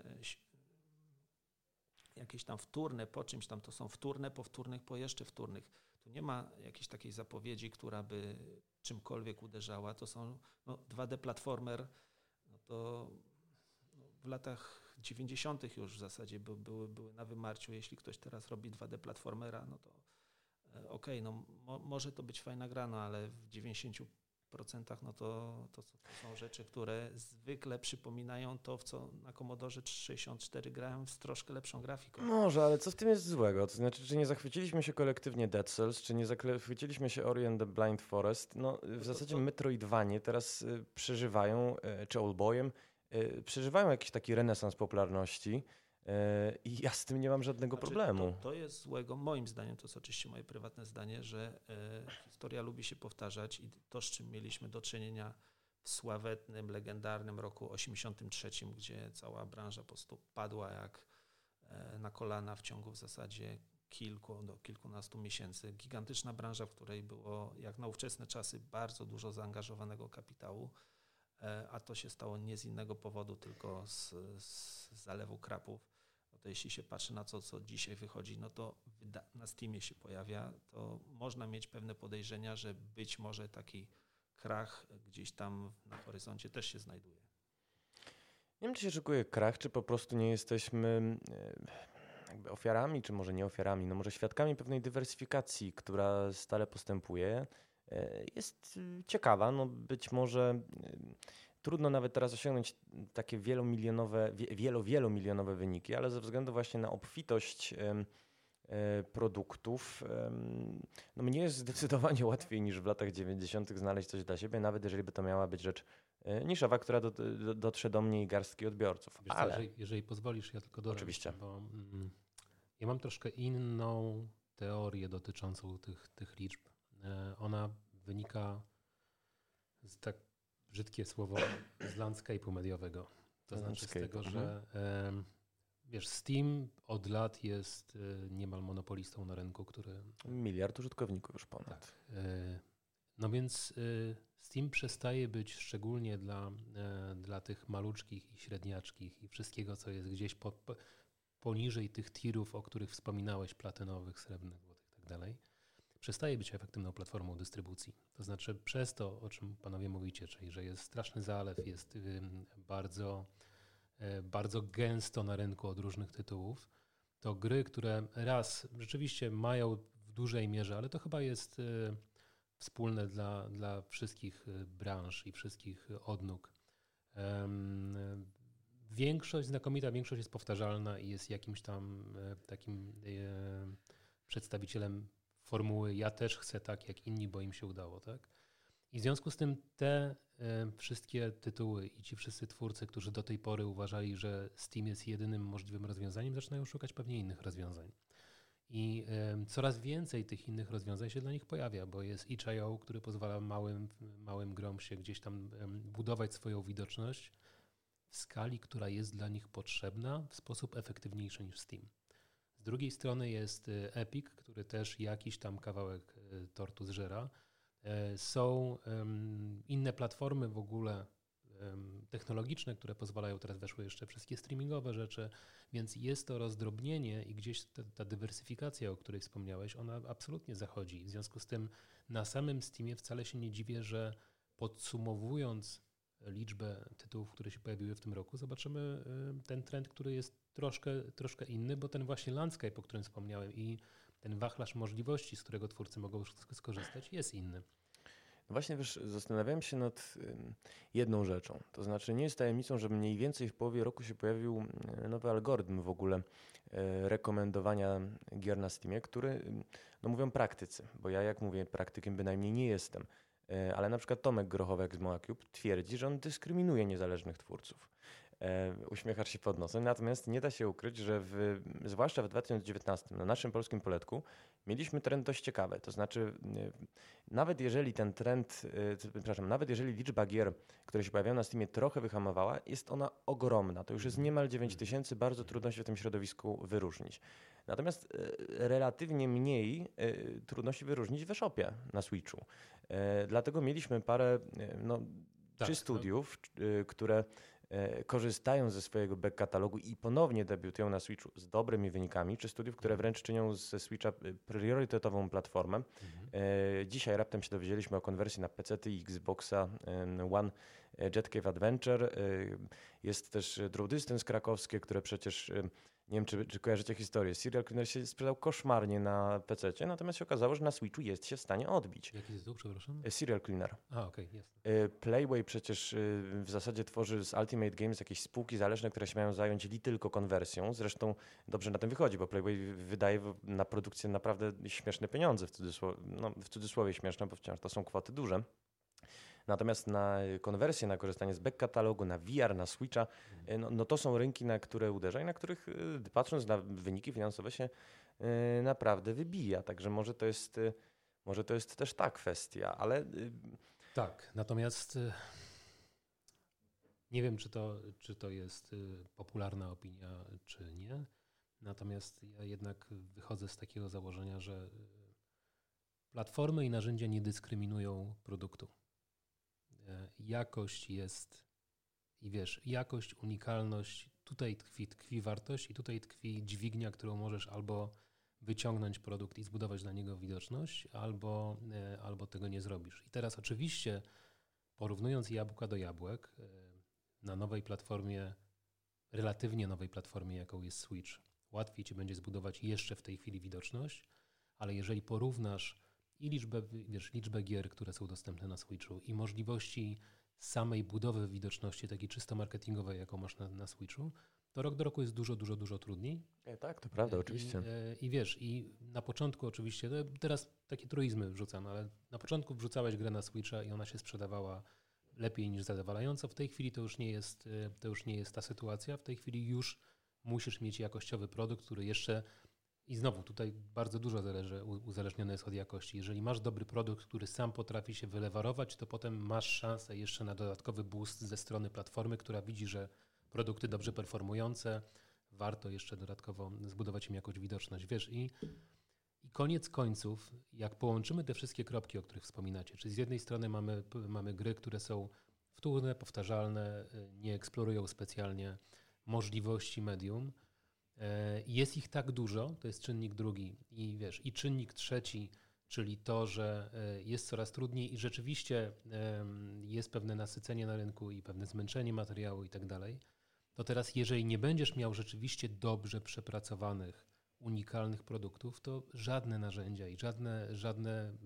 jakieś tam wtórne po czymś tam, to są wtórne po wtórnych po jeszcze wtórnych. Tu nie ma jakiejś takiej zapowiedzi, która by czymkolwiek uderzała. To są no, dwa D platformer, no to no, w latach dziewięćdziesiątych już w zasadzie by, były, były na wymarciu. Jeśli ktoś teraz robi dwa D platformera, no to e, okej, okay, no mo, może to być fajna gra, no ale w dziewięćdziesięciu procentach no to, to, to są rzeczy, które zwykle przypominają to, w co na Commodore sześćdziesiąt cztery grałem z troszkę lepszą grafiką. Może, ale co w tym jest złego? To znaczy, czy nie zachwyciliśmy się kolektywnie Dead Cells, czy nie zachwyciliśmy się Ori and the Blind Forest? No w to, zasadzie to... Metroidvanie teraz y, przeżywają, y, czy Oldboyem, y, przeżywają jakiś taki renesans popularności. I ja z tym nie mam żadnego znaczy, problemu. To, to jest złego, moim zdaniem, to jest oczywiście moje prywatne zdanie, że e, historia lubi się powtarzać i to, z czym mieliśmy do czynienia w sławetnym, legendarnym roku osiemdziesiątym trzecim, gdzie cała branża po prostu padła jak e, na kolana w ciągu w zasadzie kilku do kilkunastu miesięcy. Gigantyczna branża, w której było jak na ówczesne czasy bardzo dużo zaangażowanego kapitału, e, a to się stało nie z innego powodu, tylko z, z zalewu krapów. no to jeśli się patrzy na to, co dzisiaj wychodzi, no to na Steamie się pojawia, to można mieć pewne podejrzenia, że być może taki krach gdzieś tam na horyzoncie też się znajduje. Nie wiem, czy się szykuje krach, czy po prostu nie jesteśmy jakby ofiarami, czy może nie ofiarami, no może świadkami pewnej dywersyfikacji, która stale postępuje. Jest ciekawa, no być może trudno nawet teraz osiągnąć takie wielomilionowe, wielo, wielomilionowe wyniki, ale ze względu właśnie na obfitość produktów, no mnie jest zdecydowanie łatwiej niż w latach dziewięćdziesiątych znaleźć coś dla siebie, nawet jeżeli by to miała być rzecz niszowa, która do, do, dotrze do mnie i garstki odbiorców. Wiesz ale... co, jeżeli, jeżeli pozwolisz, ja tylko dodam. Oczywiście. Bo, mm, ja mam troszkę inną teorię dotyczącą tych, tych liczb. E, ona wynika z tak brzydkie słowo z landscape'u mediowego. To znaczy z tego, że e, wiesz, Steam od lat jest e, niemal monopolistą na rynku, który... Miliard użytkowników już ponad. Tak. E, no więc e, Steam przestaje być szczególnie dla, e, dla tych maluczkich i średniaczkich i wszystkiego, co jest gdzieś po, po, poniżej tych tirów, o których wspominałeś, platynowych, srebrnych, złotych i tak dalej, przestaje być efektywną platformą dystrybucji. To znaczy przez to, o czym panowie mówicie, czyli że jest straszny zalew, jest y, bardzo, y, bardzo gęsto na rynku od różnych tytułów, to gry, które raz rzeczywiście mają w dużej mierze, ale to chyba jest y, wspólne dla, dla wszystkich branż i wszystkich odnóg. Y, większość, znakomita większość jest powtarzalna i jest jakimś tam y, takim y, przedstawicielem formuły ja też chcę tak jak inni, bo im się udało, tak? I w związku z tym te y, wszystkie tytuły i ci wszyscy twórcy, którzy do tej pory uważali, że Steam jest jedynym możliwym rozwiązaniem, zaczynają szukać pewnie innych rozwiązań. I y, coraz więcej tych innych rozwiązań się dla nich pojawia, bo jest itch kropka i o, który pozwala małym, małym grom się gdzieś tam y, budować swoją widoczność w skali, która jest dla nich potrzebna w sposób efektywniejszy niż Steam. Z drugiej strony jest Epic, który też jakiś tam kawałek tortu zżera. Są inne platformy w ogóle technologiczne, które pozwalają, teraz weszły jeszcze wszystkie streamingowe rzeczy, więc jest to rozdrobnienie i gdzieś ta, ta dywersyfikacja, o której wspomniałeś, ona absolutnie zachodzi. W związku z tym na samym Steamie wcale się nie dziwię, że podsumowując liczbę tytułów, które się pojawiły w tym roku, zobaczymy ten trend, który jest troszkę, troszkę inny, bo ten właśnie landscape, o którym wspomniałem i ten wachlarz możliwości, z którego twórcy mogą skorzystać, jest inny. No właśnie, wiesz, zastanawiałem się nad jedną rzeczą. To znaczy nie jest tajemnicą, że mniej więcej w połowie roku się pojawił nowy algorytm w ogóle rekomendowania gier na Steamie, który, no mówią praktycy, bo ja jak mówię praktykiem bynajmniej nie jestem, ale na przykład Tomek Grochowek z MoaCube twierdzi, że on dyskryminuje niezależnych twórców. E, uśmiechasz się pod nosem, natomiast nie da się ukryć, że w, zwłaszcza w dwa tysiące dziewiętnastym na naszym polskim poletku mieliśmy trend dość ciekawy. To znaczy e, nawet jeżeli ten trend, e, przepraszam, nawet jeżeli liczba gier, które się pojawiają na Steamie trochę wyhamowała, jest ona ogromna. To już jest niemal dziewięć tysięcy, bardzo trudno się w tym środowisku wyróżnić. Natomiast e, relatywnie mniej e, trudno się wyróżnić w eShopie na Switchu. E, dlatego mieliśmy parę, e, no, tak, czy studiów, no. e, które korzystają ze swojego back katalogu i ponownie debiutują na Switchu z dobrymi wynikami, czy studiów, które wręcz czynią ze Switcha priorytetową platformę. Mhm. Dzisiaj raptem się dowiedzieliśmy o konwersji na pecety i Xboxa One Jet Cave Adventure. Jest też Draw Distance krakowskie, które przecież, nie wiem czy, czy kojarzycie historię, Serial Cleaner się sprzedał koszmarnie na pececie, natomiast się okazało, że na Switchu jest się w stanie odbić. Jaki tytuł, przepraszam? Serial Cleaner. A, okej, okay, jest. Playway przecież w zasadzie tworzy z Ultimate Games jakieś spółki zależne, które się mają zająć li tylko konwersją. Zresztą dobrze na tym wychodzi, bo Playway wydaje na produkcję naprawdę śmieszne pieniądze, w cudzysłowie, no, w cudzysłowie śmieszne, bo wciąż to są kwoty duże. Natomiast na konwersję, na korzystanie z back katalogu, na V R, na Switcha, no, no to są rynki, na które uderza i na których patrząc na wyniki finansowe się naprawdę wybija. Także może to jest, może to jest też ta kwestia, ale... Tak, natomiast nie wiem, czy to, czy to jest popularna opinia, czy nie. Natomiast ja jednak wychodzę z takiego założenia, że platformy i narzędzia nie dyskryminują produktu. Jakość jest i wiesz, jakość, unikalność tutaj tkwi, tkwi wartość i tutaj tkwi dźwignia, którą możesz albo wyciągnąć produkt i zbudować dla niego widoczność, albo, albo tego nie zrobisz. I teraz oczywiście porównując jabłka do jabłek na nowej platformie, relatywnie nowej platformie, jaką jest Switch, łatwiej ci będzie zbudować jeszcze w tej chwili widoczność, ale jeżeli porównasz i liczbę, wiesz, liczbę gier, które są dostępne na Switchu i możliwości samej budowy widoczności, takiej czysto marketingowej, jaką masz na, na Switchu, to rok do roku jest dużo, dużo, dużo trudniej. E, tak, to prawda, I, oczywiście. I, I wiesz, i na początku oczywiście, teraz takie truizmy wrzucam, ale na początku wrzucałeś grę na Switcha i ona się sprzedawała lepiej niż zadowalająco. W tej chwili to już nie jest, to już nie jest ta sytuacja. W tej chwili już musisz mieć jakościowy produkt, który jeszcze, i znowu tutaj bardzo dużo zależy, uzależnione jest od jakości. Jeżeli masz dobry produkt, który sam potrafi się wylewarować, to potem masz szansę jeszcze na dodatkowy boost ze strony platformy, która widzi, że produkty dobrze performujące, warto jeszcze dodatkowo zbudować im jakąś widoczność. Wiesz, i, i koniec końców, jak połączymy te wszystkie kropki, o których wspominacie, czyli z jednej strony mamy, mamy gry, które są wtórne, powtarzalne, nie eksplorują specjalnie możliwości medium, jest ich tak dużo, to jest czynnik drugi, i wiesz, i czynnik trzeci, czyli to, że jest coraz trudniej i rzeczywiście jest pewne nasycenie na rynku i pewne zmęczenie materiału i tak dalej, to teraz jeżeli nie będziesz miał rzeczywiście dobrze przepracowanych, unikalnych produktów, to żadne narzędzia i żadne, żadne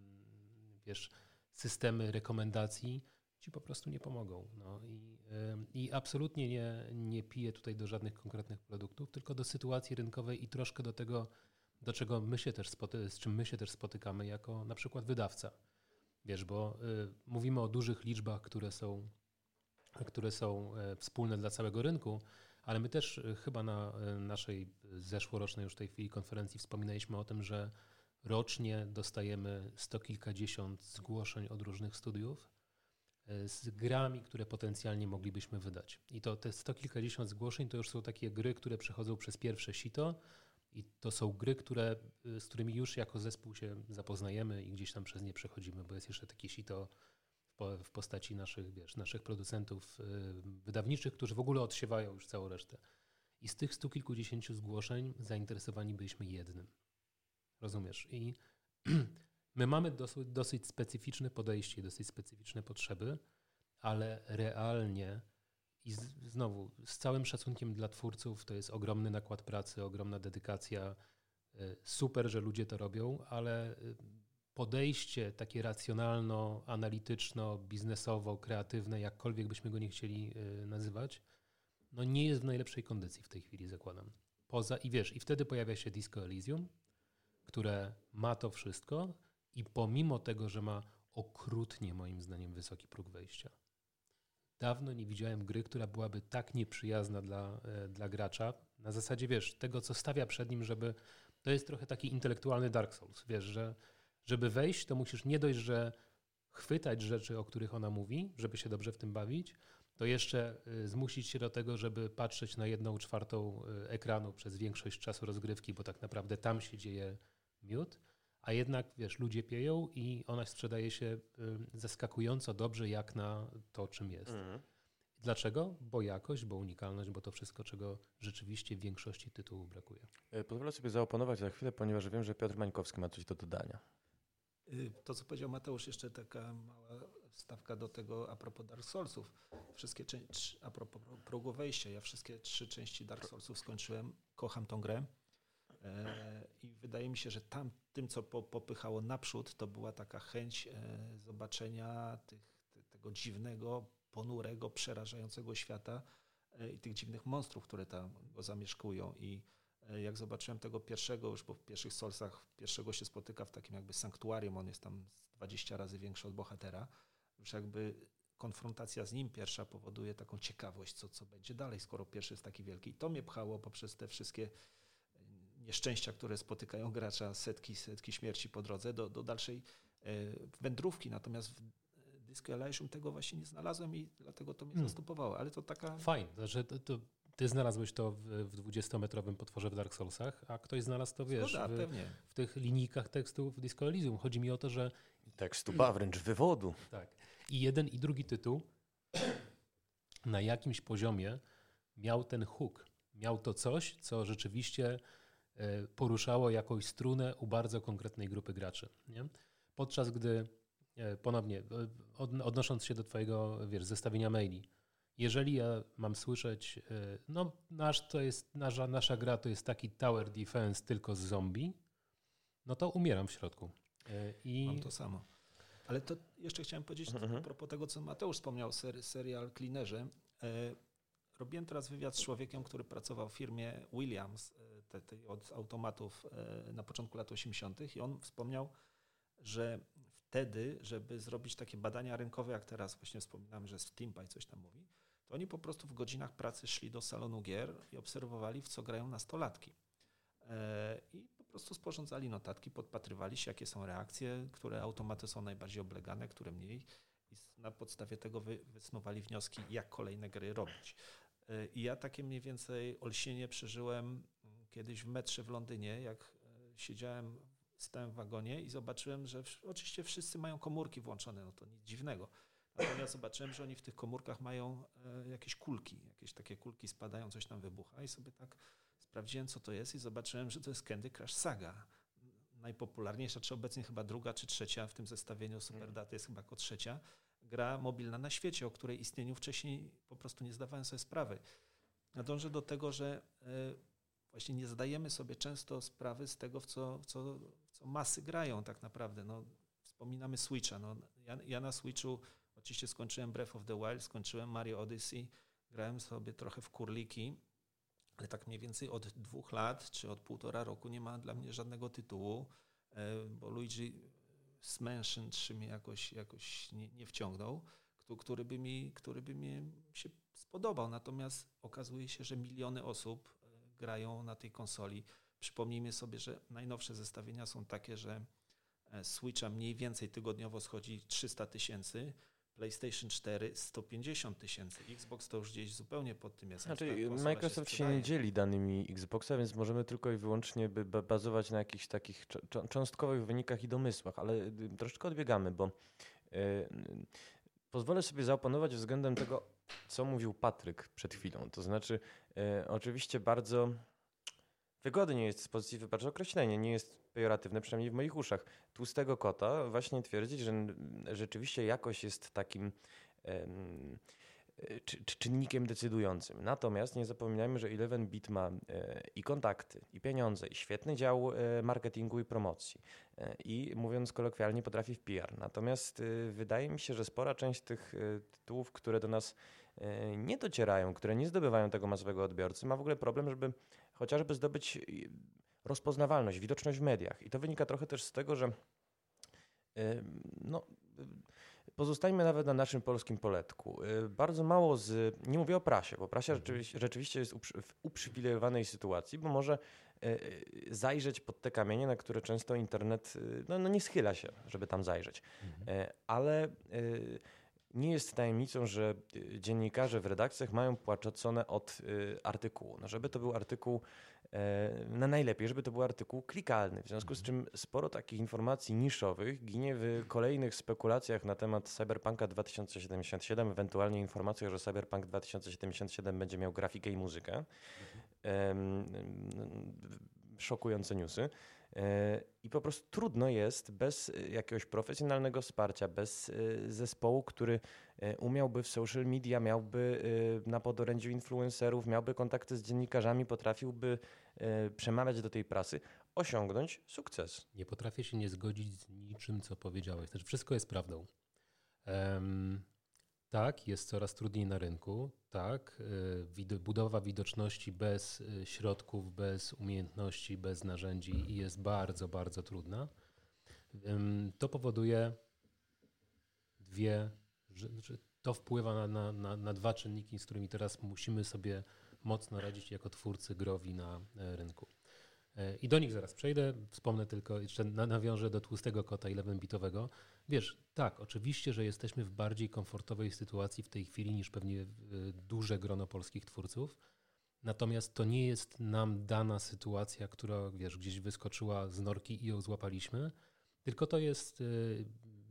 wiesz, systemy rekomendacji ci po prostu nie pomogą. No i, i absolutnie nie, nie piję tutaj do żadnych konkretnych produktów, tylko do sytuacji rynkowej i troszkę do tego, do czego my się też spoty- z czym my się też spotykamy jako na przykład wydawca. Wiesz, bo y, mówimy o dużych liczbach, które są, które są y, wspólne dla całego rynku, ale my też y, chyba na y, naszej zeszłorocznej już w tej chwili konferencji wspominaliśmy o tym, że rocznie dostajemy sto kilkadziesiąt zgłoszeń od różnych studiów z grami, które potencjalnie moglibyśmy wydać. I to te sto kilkadziesiąt zgłoszeń to już są takie gry, które przechodzą przez pierwsze sito i to są gry, które, z którymi już jako zespół się zapoznajemy i gdzieś tam przez nie przechodzimy, bo jest jeszcze takie sito w, w postaci naszych, wiesz, naszych producentów wydawniczych, którzy w ogóle odsiewają już całą resztę. I z tych stu kilkudziesięciu zgłoszeń zainteresowani byliśmy jednym. Rozumiesz? I my mamy dosyć, dosyć specyficzne podejście, dosyć specyficzne potrzeby, ale realnie i z, znowu z całym szacunkiem dla twórców to jest ogromny nakład pracy, ogromna dedykacja. Super, że ludzie to robią, ale podejście takie racjonalno, analityczno, biznesowo, kreatywne, jakkolwiek byśmy go nie chcieli nazywać, no nie jest w najlepszej kondycji w tej chwili, zakładam. Poza i wiesz, i wtedy pojawia się Disco Elysium, które ma to wszystko i pomimo tego, że ma okrutnie moim zdaniem wysoki próg wejścia. Dawno nie widziałem gry, która byłaby tak nieprzyjazna dla, dla gracza. Na zasadzie, wiesz, tego, co stawia przed nim, żeby... To jest trochę taki intelektualny Dark Souls, wiesz, że żeby wejść, to musisz nie dość, że chwytać rzeczy, o których ona mówi, żeby się dobrze w tym bawić, to jeszcze zmusić się do tego, żeby patrzeć na jedną czwartą ekranu przez większość czasu rozgrywki, bo tak naprawdę tam się dzieje miód, a jednak, wiesz, ludzie pieją i ona sprzedaje się zaskakująco dobrze jak na to, czym jest. Mhm. Dlaczego? Bo jakość, bo unikalność, bo to wszystko, czego rzeczywiście w większości tytułów brakuje. Pozwolę sobie zaoponować za chwilę, ponieważ wiem, że Piotr Mańkowski ma coś do dodania. To, co powiedział Mateusz, jeszcze taka mała wstawka do tego a propos Dark Soulsów. Wszystkie, a propos progu wejścia, ja wszystkie trzy części Dark Soulsów skończyłem, kocham tą grę. I wydaje mi się, że tam tym, co popychało naprzód, to była taka chęć zobaczenia tych, tego dziwnego, ponurego, przerażającego świata i tych dziwnych monstrów, które tam go zamieszkują. I jak zobaczyłem tego pierwszego, już po pierwszych Soulsach, pierwszego się spotyka w takim jakby sanktuarium, on jest tam dwadzieścia razy większy od bohatera, już jakby konfrontacja z nim pierwsza powoduje taką ciekawość, co, co będzie dalej, skoro pierwszy jest taki wielki. I to mnie pchało poprzez te wszystkie nieszczęścia, które spotykają gracza, setki, setki śmierci po drodze do, do dalszej wędrówki. Natomiast w Disco Elysium tego właśnie nie znalazłem i dlatego to mnie hmm. zastopowało. Ale to taka... Fajnie, znaczy to, to ty znalazłeś to w, w dwudziestometrowym potworze w Dark Soulsach, a ktoś znalazł to, wiesz, no da, w, w tych linijkach tekstu w Disco Elysium. Chodzi mi o to, że... Tekstu, ba, wręcz wywodu. Tak. I jeden i drugi tytuł na jakimś poziomie miał ten hook, miał to coś, co rzeczywiście poruszało jakąś strunę u bardzo konkretnej grupy graczy. Nie? Podczas gdy, ponownie, odnosząc się do twojego, wiesz, zestawienia maili, jeżeli ja mam słyszeć, no nasz to jest, nasza, nasza gra to jest taki tower defense tylko z zombie, no to umieram w środku. I... Mam to samo. Ale to jeszcze chciałem powiedzieć mhm. a propos tego, co Mateusz wspomniał, ser, serial Cleanerzy. Robiłem teraz wywiad z człowiekiem, który pracował w firmie Williams, tej, tej od automatów na początku lat osiemdziesiątych i on wspomniał, że wtedy, żeby zrobić takie badania rynkowe, jak teraz właśnie wspominamy, że Steampy coś tam mówi, to oni po prostu w godzinach pracy szli do salonu gier i obserwowali, w co grają nastolatki. I po prostu sporządzali notatki, podpatrywali się, jakie są reakcje, które automaty są najbardziej oblegane, które mniej. I na podstawie tego wy, wysnuwali wnioski, jak kolejne gry robić. I ja takie mniej więcej olśnienie przeżyłem kiedyś w metrze w Londynie, jak siedziałem, stałem w wagonie i zobaczyłem, że w, oczywiście wszyscy mają komórki włączone, no to nic dziwnego. Natomiast zobaczyłem, że oni w tych komórkach mają e, jakieś kulki, jakieś takie kulki spadają, coś tam wybucha i sobie tak sprawdziłem, co to jest i zobaczyłem, że to jest Candy Crush Saga. Najpopularniejsza, czy obecnie chyba druga, czy trzecia w tym zestawieniu Superdaty jest chyba jako trzecia, gra mobilna na świecie, o której istnieniu wcześniej po prostu nie zdawałem sobie sprawy. Ja dążę do tego, że y, właśnie nie zdajemy sobie często sprawy z tego, w co, w co, w co masy grają tak naprawdę. No, wspominamy Switcha. No, ja, ja na Switchu oczywiście skończyłem Breath of the Wild, skończyłem Mario Odyssey, grałem sobie trochę w kurliki, ale tak mniej więcej od dwóch lat czy od półtora roku nie ma dla mnie żadnego tytułu, y, bo Luigi Mansion trzy mnie jakoś, jakoś nie, nie wciągnął, który by, mi, który by mi się spodobał. Natomiast okazuje się, że miliony osób grają na tej konsoli. Przypomnijmy sobie, że najnowsze zestawienia są takie, że Switcha mniej więcej tygodniowo schodzi trzysta tysięcy, PlayStation cztery sto pięćdziesiąt tysięcy, Xbox to już gdzieś zupełnie pod tym jest. Znaczy, Microsoft się, się nie dzieli danymi Xboxa, więc możemy tylko i wyłącznie by bazować na jakichś takich cząstkowych wynikach i domysłach, ale troszeczkę odbiegamy, bo yy, pozwolę sobie zaoponować względem tego, co mówił Patryk przed chwilą. To znaczy, yy, oczywiście bardzo wygodnie jest z pozycji wyborczej określenie, nie jest pejoratywne, przynajmniej w moich uszach. Tłustego kota właśnie twierdzić, że rzeczywiście jakość jest takim um, czy, czy czynnikiem decydującym. Natomiast nie zapominajmy, że eleven bit ma e, i kontakty, i pieniądze, i świetny dział e, marketingu i promocji. E, I mówiąc kolokwialnie, potrafi w P R. Natomiast e, wydaje mi się, że spora część tych e, tytułów, które do nas e, nie docierają, które nie zdobywają tego masowego odbiorcy, ma w ogóle problem, żeby chociażby zdobyć rozpoznawalność, widoczność w mediach. I to wynika trochę też z tego, że e, no, pozostańmy nawet na naszym polskim poletku. Bardzo mało z, nie mówię o prasie, bo prasia rzeczywiście, rzeczywiście jest w uprzywilejowanej sytuacji, bo może zajrzeć pod te kamienie, na które często internet no, no nie schyla się, żeby tam zajrzeć. Mhm. Ale nie jest tajemnicą, że dziennikarze w redakcjach mają płacone od artykułu. No, żeby to był artykuł, no najlepiej, żeby to był artykuł klikalny, w związku z czym sporo takich informacji niszowych ginie w kolejnych spekulacjach na temat Cyberpunka dwa tysiące siedemdziesiąt siedem, ewentualnie informacjach, że Cyberpunk dwa tysiące siedemdziesiąt siedem będzie miał grafikę i muzykę. Mhm. Szokujące newsy. I po prostu trudno jest bez jakiegoś profesjonalnego wsparcia, bez zespołu, który umiałby w social media, miałby na podorędziu influencerów, miałby kontakty z dziennikarzami, potrafiłby przemawiać do tej prasy, osiągnąć sukces. Nie potrafię się nie zgodzić z niczym, co powiedziałeś. Znaczy, wszystko jest prawdą. Um, tak, jest coraz trudniej na rynku. Tak, wid- budowa widoczności bez środków, bez umiejętności, bez narzędzi jest bardzo, bardzo trudna. Um, to powoduje dwie, że, że to wpływa na, na, na, na dwa czynniki, z którymi teraz musimy sobie mocno radzić jako twórcy growi na rynku. I do nich zaraz przejdę. Wspomnę tylko, jeszcze nawiążę do tłustego kota eleven-bitowego. Wiesz, tak, oczywiście, że jesteśmy w bardziej komfortowej sytuacji w tej chwili niż pewnie duże grono polskich twórców. Natomiast to nie jest nam dana sytuacja, która, wiesz, gdzieś wyskoczyła z norki i ją złapaliśmy, tylko to jest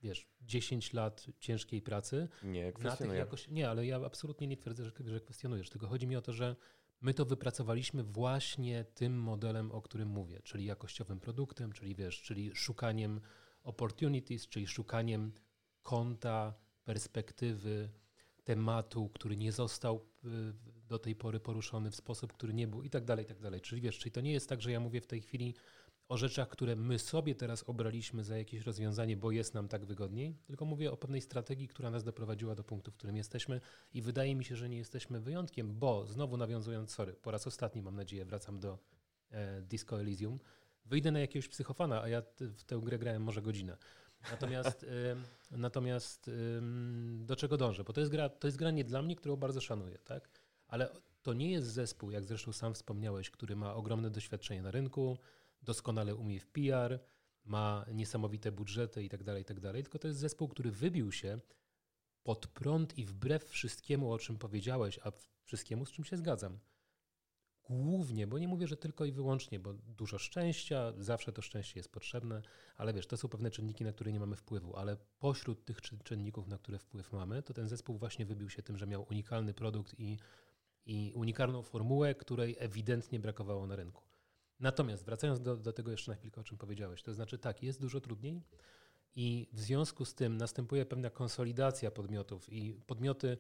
wiesz, dziesięć lat ciężkiej pracy. Nie, kwestionuję. Jakoś, nie, ale ja absolutnie nie twierdzę, że, że kwestionujesz, tylko chodzi mi o to, że my to wypracowaliśmy właśnie tym modelem, o którym mówię, czyli jakościowym produktem, czyli wiesz, czyli szukaniem opportunities, czyli szukaniem kąta, perspektywy, tematu, który nie został do tej pory poruszony w sposób, który nie był i tak dalej, i tak dalej. Czyli wiesz, czyli to nie jest tak, że ja mówię w tej chwili o rzeczach, które my sobie teraz obraliśmy za jakieś rozwiązanie, bo jest nam tak wygodniej, tylko mówię o pewnej strategii, która nas doprowadziła do punktu, w którym jesteśmy i wydaje mi się, że nie jesteśmy wyjątkiem, bo znowu nawiązując, sorry, po raz ostatni mam nadzieję, wracam do e, Disco Elysium, wyjdę na jakiegoś psychofana, a ja w tę grę grałem może godzinę. Natomiast, y, natomiast y, do czego dążę? Bo to jest, gra, to jest gra nie dla mnie, którą bardzo szanuję, tak? Ale to nie jest zespół, jak zresztą sam wspomniałeś, który ma ogromne doświadczenie na rynku, doskonale umie w P R, ma niesamowite budżety i tak dalej, i tak dalej, tylko to jest zespół, który wybił się pod prąd i wbrew wszystkiemu, o czym powiedziałeś, a wszystkiemu, z czym się zgadzam. Głównie, bo nie mówię, że tylko i wyłącznie, bo dużo szczęścia, zawsze to szczęście jest potrzebne, ale wiesz, to są pewne czynniki, na które nie mamy wpływu, ale pośród tych czynników, na które wpływ mamy, to ten zespół właśnie wybił się tym, że miał unikalny produkt i, i unikalną formułę, której ewidentnie brakowało na rynku. Natomiast wracając do, do tego jeszcze na chwilkę, o czym powiedziałeś, to znaczy tak, jest dużo trudniej i w związku z tym następuje pewna konsolidacja podmiotów i podmioty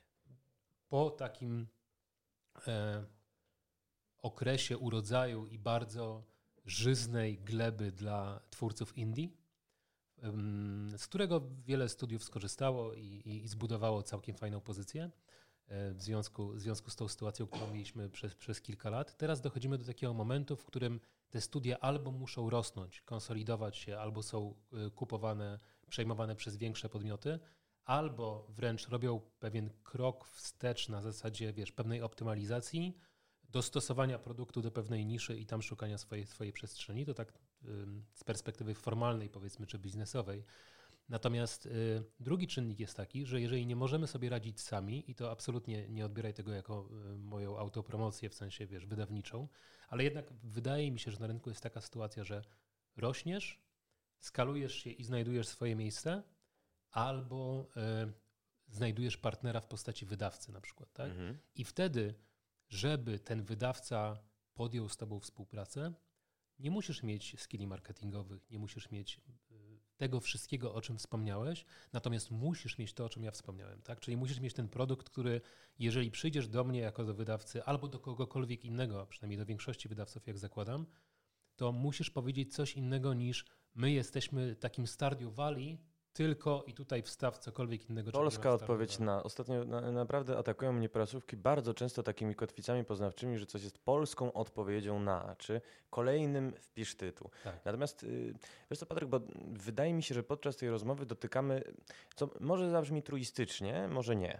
po takim e, okresie urodzaju i bardzo żyznej gleby dla twórców indie, z którego wiele studiów skorzystało i, i, i zbudowało całkiem fajną pozycję w związku, w związku z tą sytuacją, którą mieliśmy przez, przez kilka lat. Teraz dochodzimy do takiego momentu, w którym te studia albo muszą rosnąć, konsolidować się, albo są kupowane, przejmowane przez większe podmioty, albo wręcz robią pewien krok wstecz na zasadzie, wiesz, pewnej optymalizacji, dostosowania produktu do pewnej niszy i tam szukania swojej, swojej przestrzeni. To tak z perspektywy formalnej, powiedzmy, czy biznesowej. Natomiast y, drugi czynnik jest taki, że jeżeli nie możemy sobie radzić sami, i to absolutnie nie odbieraj tego jako y, moją autopromocję w sensie, wiesz, wydawniczą, ale jednak wydaje mi się, że na rynku jest taka sytuacja, że rośniesz, skalujesz się i znajdujesz swoje miejsce, albo y, znajdujesz partnera w postaci wydawcy na przykład, tak? Mhm. I wtedy, żeby ten wydawca podjął z tobą współpracę, nie musisz mieć skilli marketingowych, nie musisz mieć tego wszystkiego, o czym wspomniałeś, natomiast musisz mieć to, o czym ja wspomniałem, tak? Czyli musisz mieć ten produkt, który, jeżeli przyjdziesz do mnie jako do wydawcy albo do kogokolwiek innego, a przynajmniej do większości wydawców, jak zakładam, to musisz powiedzieć coś innego niż my jesteśmy takim Stardew Valley, tylko i tutaj wstaw cokolwiek innego. Polska odpowiedź na... Ostatnio na, naprawdę atakują mnie prasówki bardzo często takimi kotwicami poznawczymi, że coś jest polską odpowiedzią na, czy kolejnym wpisz tytuł. Tak. Natomiast wiesz co, Patryk, bo wydaje mi się, że podczas tej rozmowy dotykamy, co może zabrzmi truistycznie, może nie,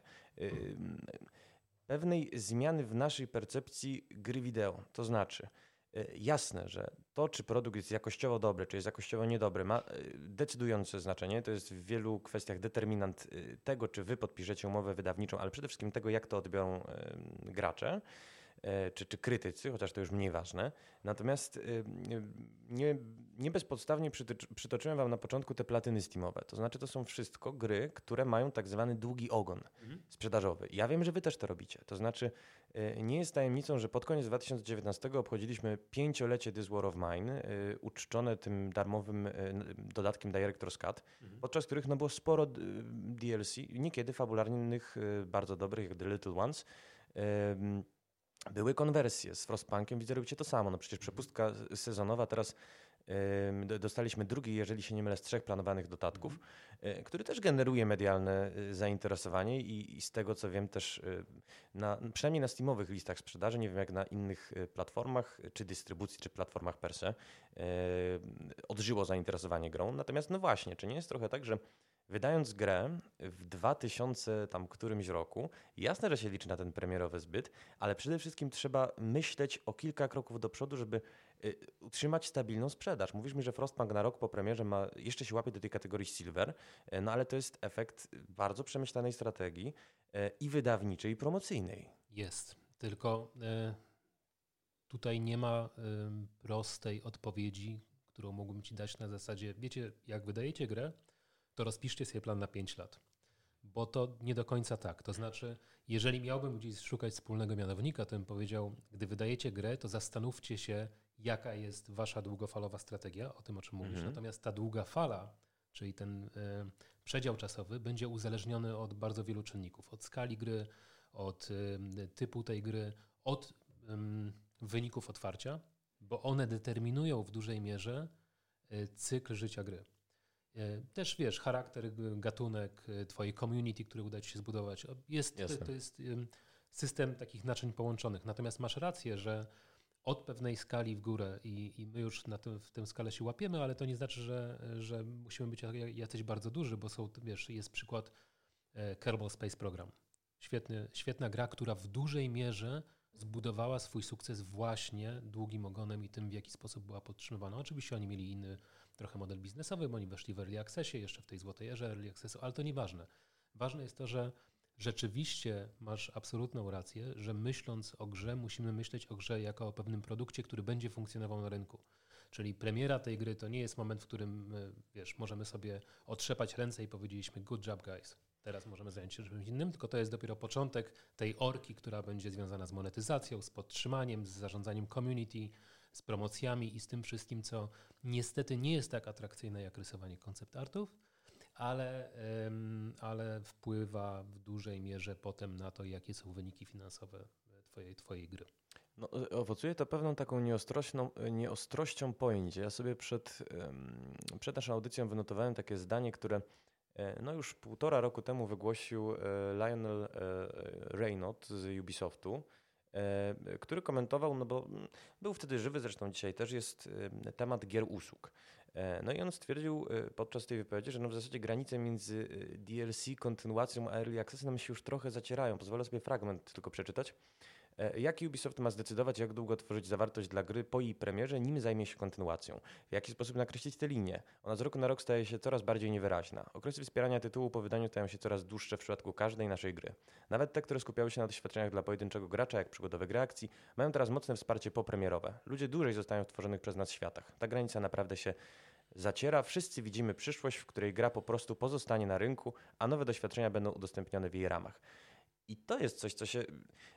pewnej zmiany w naszej percepcji gry wideo. To znaczy, jasne, że to, czy produkt jest jakościowo dobry, czy jest jakościowo niedobry, ma decydujące znaczenie. To jest w wielu kwestiach determinant tego, czy wy podpiszecie umowę wydawniczą, ale przede wszystkim tego, jak to odbiorą gracze, czy, czy krytycy, chociaż to już mniej ważne. Natomiast nie, nie bezpodstawnie przytoczyłem wam na początku te platyny Steamowe. To znaczy, to są wszystko gry, które mają tak zwany długi ogon mhm. sprzedażowy. Ja wiem, że wy też to robicie. To znaczy, nie jest tajemnicą, że pod koniec dwa tysiące dziewiętnastego obchodziliśmy pięciolecie This War of Mine, uczczone tym darmowym dodatkiem Director's Cut, mhm. podczas których no, było sporo D L C, niekiedy fabularnych, bardzo dobrych, jak The Little Ones. Były konwersje z Frostpunkiem, widzę, robicie to samo. No przecież przepustka sezonowa, teraz y, dostaliśmy drugi, jeżeli się nie mylę, z trzech planowanych dodatków, y, który też generuje medialne y, zainteresowanie i, i z tego, co wiem, też y, na, przynajmniej na Steamowych listach sprzedaży, nie wiem jak na innych y, platformach, czy dystrybucji, czy platformach per se, y, odżyło zainteresowanie grą. Natomiast no właśnie, czy nie jest trochę tak, że wydając grę w dwa tysiące tam którymś roku, jasne, że się liczy na ten premierowy zbyt, ale przede wszystkim trzeba myśleć o kilka kroków do przodu, żeby y, utrzymać stabilną sprzedaż. Mówisz mi, że Frostpunk na rok po premierze ma, jeszcze się łapie do tej kategorii Silver, y, no ale to jest efekt bardzo przemyślanej strategii y, i wydawniczej, i promocyjnej. Jest, tylko y, tutaj nie ma y, prostej odpowiedzi, którą mógłbym ci dać na zasadzie, wiecie, jak wydajecie grę, to rozpiszcie sobie plan na pięć lat. Bo to nie do końca tak. To znaczy, jeżeli miałbym gdzieś szukać wspólnego mianownika, to bym powiedział, gdy wydajecie grę, to zastanówcie się, jaka jest wasza długofalowa strategia, o tym, o czym mówisz. Mhm. Natomiast ta długa fala, czyli ten y, przedział czasowy, będzie uzależniony od bardzo wielu czynników. Od skali gry, od y, typu tej gry, od y, wyników otwarcia, bo one determinują w dużej mierze y, cykl życia gry. Też wiesz, charakter, gatunek, twojej community, który uda ci się zbudować. Jest, to, to jest system takich naczyń połączonych. Natomiast masz rację, że od pewnej skali w górę i, i my już na tym, w tym skale się łapiemy, ale to nie znaczy, że, że musimy być jacyś bardzo duży, bo są, wiesz, jest przykład Kerbal Space Program. Świetny, świetna gra, która w dużej mierze zbudowała swój sukces właśnie długim ogonem i tym, w jaki sposób była podtrzymywana. Oczywiście oni mieli inny trochę model biznesowy, bo oni weszli w early accessie, jeszcze w tej złotej erze early accessu, ale to nieważne. Ważne jest to, że rzeczywiście masz absolutną rację, że myśląc o grze, musimy myśleć o grze jako o pewnym produkcie, który będzie funkcjonował na rynku. Czyli premiera tej gry to nie jest moment, w którym, wiesz, możemy sobie otrzepać ręce i powiedzieliśmy good job guys. Teraz możemy zająć się czymś innym, tylko to jest dopiero początek tej orki, która będzie związana z monetyzacją, z podtrzymaniem, z zarządzaniem community, z promocjami i z tym wszystkim, co niestety nie jest tak atrakcyjne jak rysowanie koncept artów, ale, um, ale wpływa w dużej mierze potem na to, jakie są wyniki finansowe twojej, twojej gry. No, owocuje to pewną taką nieostrością, nieostrością pojęć. Ja sobie przed, przed naszą audycją wynotowałem takie zdanie, które no już półtora roku temu wygłosił Lionel Reynolds z Ubisoftu, który komentował, no bo był wtedy żywy, zresztą dzisiaj też jest temat gier usług. No i on stwierdził podczas tej wypowiedzi, że no w zasadzie granice między D L C, kontynuacją a Early Accessem nam się już trochę zacierają. Pozwolę sobie fragment tylko przeczytać. Jak Ubisoft ma zdecydować, jak długo tworzyć zawartość dla gry po jej premierze, nim zajmie się kontynuacją? W jaki sposób nakreślić tę linię? Ona z roku na rok staje się coraz bardziej niewyraźna. Okresy wspierania tytułu po wydaniu stają się coraz dłuższe w przypadku każdej naszej gry. Nawet te, które skupiały się na doświadczeniach dla pojedynczego gracza, jak przygodowe gry akcji, mają teraz mocne wsparcie popremierowe. Ludzie dłużej zostają w tworzonych przez nas światach. Ta granica naprawdę się zaciera. Wszyscy widzimy przyszłość, w której gra po prostu pozostanie na rynku, a nowe doświadczenia będą udostępnione w jej ramach. I to jest coś, co się...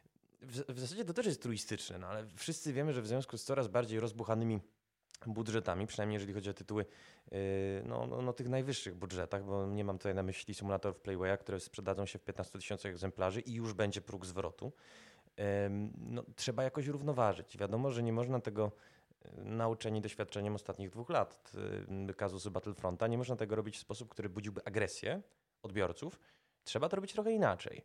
W zasadzie to też jest truistyczne, no ale wszyscy wiemy, że w związku z coraz bardziej rozbuchanymi budżetami, przynajmniej jeżeli chodzi o tytuły yy, no, no, no tych najwyższych budżetach, bo nie mam tutaj na myśli symulatorów Playwaya, które sprzedadzą się w piętnastu tysiącach egzemplarzy i już będzie próg zwrotu. Yy, no, trzeba jakoś równoważyć. Wiadomo, że nie można tego nauczeni doświadczeniem ostatnich dwóch lat yy, kazusu Battlefronta, nie można tego robić w sposób, który budziłby agresję odbiorców. Trzeba to robić trochę inaczej.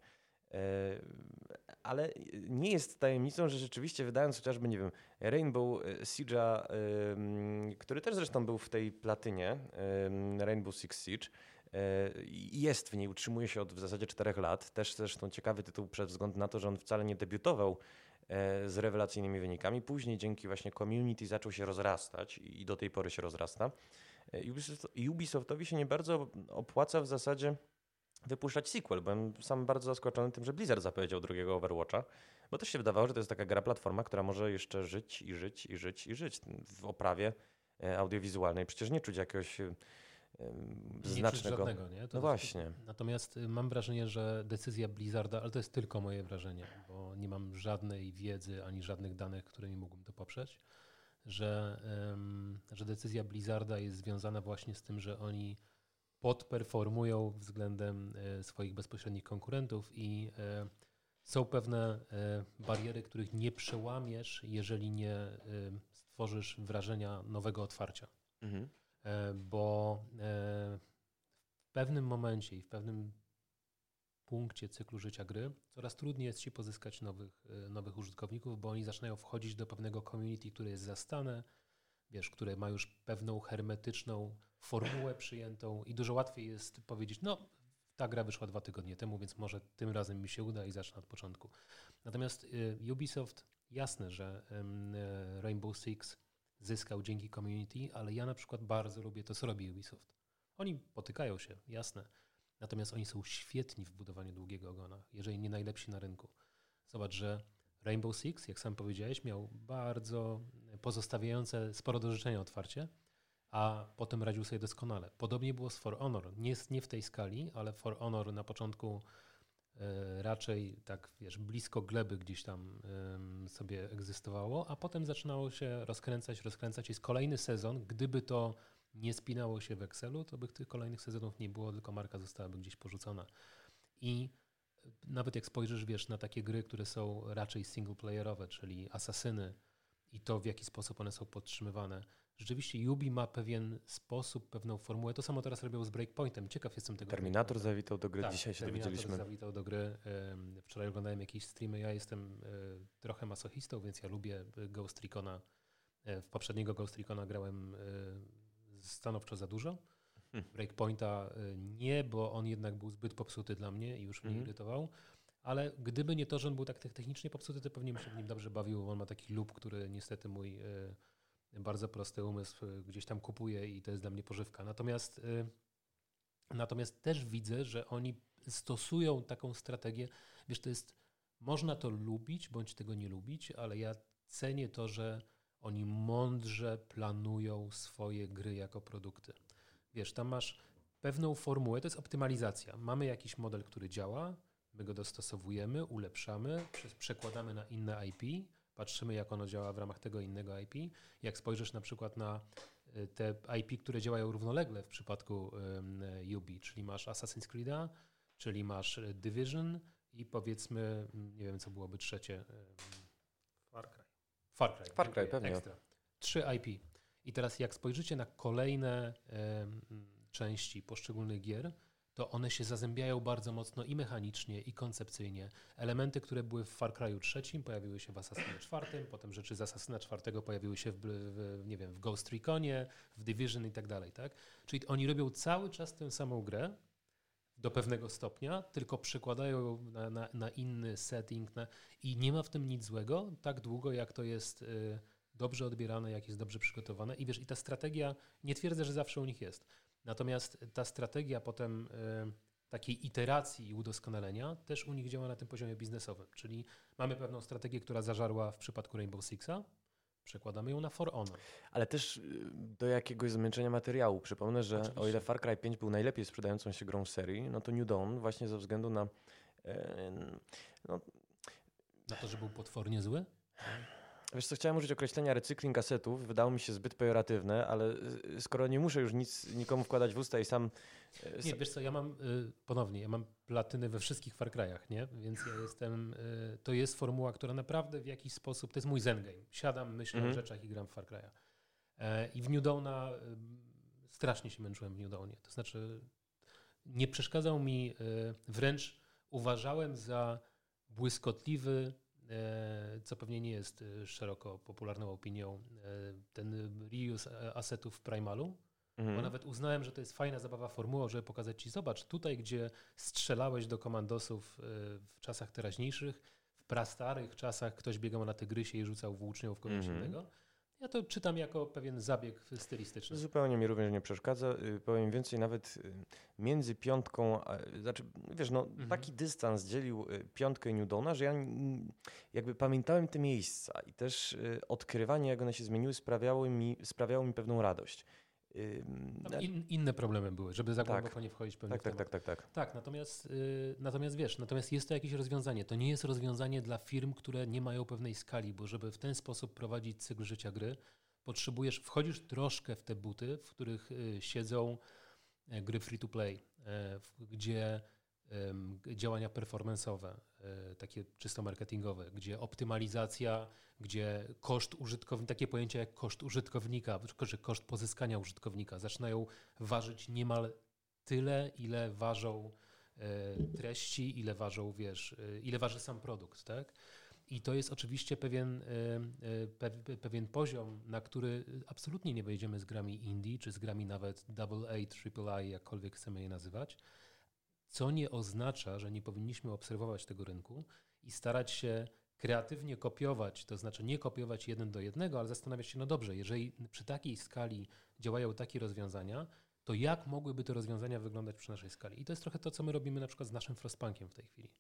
Ale nie jest tajemnicą, że rzeczywiście wydając chociażby, nie wiem, Rainbow Siege'a, który też zresztą był w tej platynie, Rainbow Six Siege, i jest w niej, utrzymuje się od w zasadzie czterech lat. Też zresztą ciekawy tytuł ze względu na to, że on wcale nie debiutował z rewelacyjnymi wynikami. Później dzięki właśnie community zaczął się rozrastać i do tej pory się rozrasta. Ubisoft, Ubisoftowi się nie bardzo opłaca w zasadzie wypuszczać sequel. Byłem sam bardzo zaskoczony tym, że Blizzard zapowiedział drugiego Overwatcha, bo też się wydawało, że to jest taka gra platforma, która może jeszcze żyć i żyć i żyć i żyć w oprawie audiowizualnej. Przecież nie czuć jakiegoś nie znacznego... Czuć żadnego, nie? To no właśnie. Natomiast mam wrażenie, że decyzja Blizzarda, ale to jest tylko moje wrażenie, bo nie mam żadnej wiedzy ani żadnych danych, którymi mógłbym to poprzeć, że, um, że decyzja Blizzarda jest związana właśnie z tym, że oni podperformują względem swoich bezpośrednich konkurentów i są pewne bariery, których nie przełamiesz, jeżeli nie stworzysz wrażenia nowego otwarcia. Mhm. Bo w pewnym momencie i w pewnym punkcie cyklu życia gry coraz trudniej jest ci pozyskać nowych, nowych użytkowników, bo oni zaczynają wchodzić do pewnego community, które jest zastane, wiesz, które ma już pewną hermetyczną formułę przyjętą i dużo łatwiej jest powiedzieć, no ta gra wyszła dwa tygodnie temu, więc może tym razem mi się uda i zacznę od początku. Natomiast y, Ubisoft, jasne, że y, Rainbow Six zyskał dzięki community, ale ja na przykład bardzo lubię to, co robi Ubisoft. Oni potykają się, jasne, natomiast oni są świetni w budowaniu długiego ogona, jeżeli nie najlepsi na rynku. Zobacz, że Rainbow Six, jak sam powiedziałeś, miał bardzo pozostawiające sporo do życzenia otwarcie, a potem radził sobie doskonale. Podobnie było z For Honor. Nie, nie w tej skali, ale For Honor na początku y, raczej tak, wiesz, blisko gleby gdzieś tam y, sobie egzystowało, a potem zaczynało się rozkręcać, rozkręcać. Jest kolejny sezon. Gdyby to nie spinało się w Excelu, to by tych kolejnych sezonów nie było, tylko marka zostałaby gdzieś porzucona. I nawet jak spojrzysz, wiesz, na takie gry, które są raczej singleplayerowe, czyli Asasyny i to, w jaki sposób one są podtrzymywane. Rzeczywiście Ubi ma pewien sposób, pewną formułę. To samo teraz robią z Breakpointem. Ciekaw jestem tego. Terminator zawitał do gry, tak, dzisiaj się Terminator dowiedzieliśmy. zawitał do gry. Wczoraj oglądałem jakieś streamy. Ja jestem trochę masochistą, więc ja lubię Ghost Recona. W poprzedniego Ghost Recona grałem stanowczo za dużo. Hmm. Breakpointa nie, bo on jednak był zbyt popsuty dla mnie i już mnie hmm. irytował. Ale gdyby nie to, że on był tak technicznie popsuty, to pewnie bym się w nim dobrze bawił, bo on ma taki loop, który niestety mój y, bardzo prosty umysł y, gdzieś tam kupuje i to jest dla mnie pożywka. Natomiast, y, natomiast też widzę, że oni stosują taką strategię. Wiesz, to jest, można to lubić bądź tego nie lubić, ale ja cenię to, że oni mądrze planują swoje gry jako produkty. Wiesz, tam masz pewną formułę, to jest optymalizacja. Mamy jakiś model, który działa, my go dostosowujemy, ulepszamy, przekładamy na inne I P, patrzymy, jak ono działa w ramach tego innego I P. Jak spojrzysz na przykład na te I P, które działają równolegle w przypadku um, Ubi, czyli masz Assassin's Creed'a, czyli masz Division i powiedzmy, nie wiem, co byłoby trzecie. Far Cry. Far Cry, Far Cry pewnie. Ekstra. Trzy I P. I teraz jak spojrzycie na kolejne um, części poszczególnych gier, to one się zazębiają bardzo mocno i mechanicznie, i koncepcyjnie. Elementy, które były w Far Cry'u trzecim, pojawiły się w Assassinie czwartym, potem rzeczy z Assassina czwartego pojawiły się w, w, nie wiem, w Ghost Reconie, w Division i tak dalej. Tak? Czyli oni robią cały czas tę samą grę do pewnego stopnia, tylko przekładają na, na, na inny setting na, i nie ma w tym nic złego, tak długo jak to jest y, dobrze odbierane, jak jest dobrze przygotowane. I wiesz, i ta strategia, nie twierdzę, że zawsze u nich jest. Natomiast ta strategia potem y, takiej iteracji i udoskonalenia też u nich działa na tym poziomie biznesowym. Czyli mamy pewną strategię, która zażarła w przypadku Rainbow Sixa, przekładamy ją na For Honor. Ale też do jakiegoś zmęczenia materiału. Przypomnę, że Oczywiście. o ile Far Cry pięć był najlepiej sprzedającą się grą serii, no to New Dawn właśnie ze względu na... E, no, na to, że był potwornie zły? Wiesz co, chciałem użyć określenia recykling asetów, wydało mi się zbyt pejoratywne, ale skoro nie muszę już nic nikomu wkładać w usta i sam... Nie, wiesz co, ja mam, y, ponownie, ja mam platyny we wszystkich Far Cry'ach, nie? Więc ja jestem, y, to jest formuła, która naprawdę w jakiś sposób, to jest mój zen game. Siadam, myślę mm-hmm. o rzeczach i gram w Far Cry'a. E, I w New Dawna y, strasznie się męczyłem w New Dawnie. To znaczy nie przeszkadzał mi, y, wręcz uważałem za błyskotliwy, co pewnie nie jest szeroko popularną opinią, ten reuse asetów w Primalu, mhm. bo nawet uznałem, że to jest fajna zabawa formuła, żeby pokazać ci, zobacz, tutaj gdzie strzelałeś do komandosów w czasach teraźniejszych, w prastarych czasach ktoś biegał na tygrysie i rzucał włócznią w kogoś mhm. innego. Ja to czytam jako pewien zabieg stylistyczny. Zupełnie mi również nie przeszkadza. Powiem więcej, nawet między piątką, a, znaczy wiesz, no mhm. taki dystans dzielił piątkę i New Dawna, że ja jakby pamiętałem te miejsca i też odkrywanie, jak one się zmieniły, sprawiało mi, sprawiało mi pewną radość. No, in, inne problemy były, żeby za głęboko tak. nie wchodzić pewnie tak, w temat. Tak, tak, tak, tak. Tak, natomiast, yy, natomiast wiesz, natomiast jest to jakieś rozwiązanie. To nie jest rozwiązanie dla firm, które nie mają pewnej skali, bo żeby w ten sposób prowadzić cykl życia gry, potrzebujesz, wchodzisz troszkę w te buty, w których yy, siedzą yy, gry free to play, yy, gdzie yy, działania performance'owe, yy, takie czysto marketingowe, gdzie optymalizacja, gdzie koszt użytkownika, takie pojęcia jak koszt użytkownika, czy koszt pozyskania użytkownika zaczynają ważyć niemal tyle, ile ważą e, treści, ile ważą, wiesz, e, ile waży sam produkt, tak? I to jest oczywiście pewien, e, pe, pewien poziom, na który absolutnie nie wejdziemy z grami indie, czy z grami nawet double A, triple I, jakkolwiek chcemy je nazywać, co nie oznacza, że nie powinniśmy obserwować tego rynku i starać się kreatywnie kopiować, to znaczy nie kopiować jeden do jednego, ale zastanawiać się, no dobrze, jeżeli przy takiej skali działają takie rozwiązania, to jak mogłyby te rozwiązania wyglądać przy naszej skali? I to jest trochę to, co my robimy na przykład z naszym Frostpunkiem w tej chwili.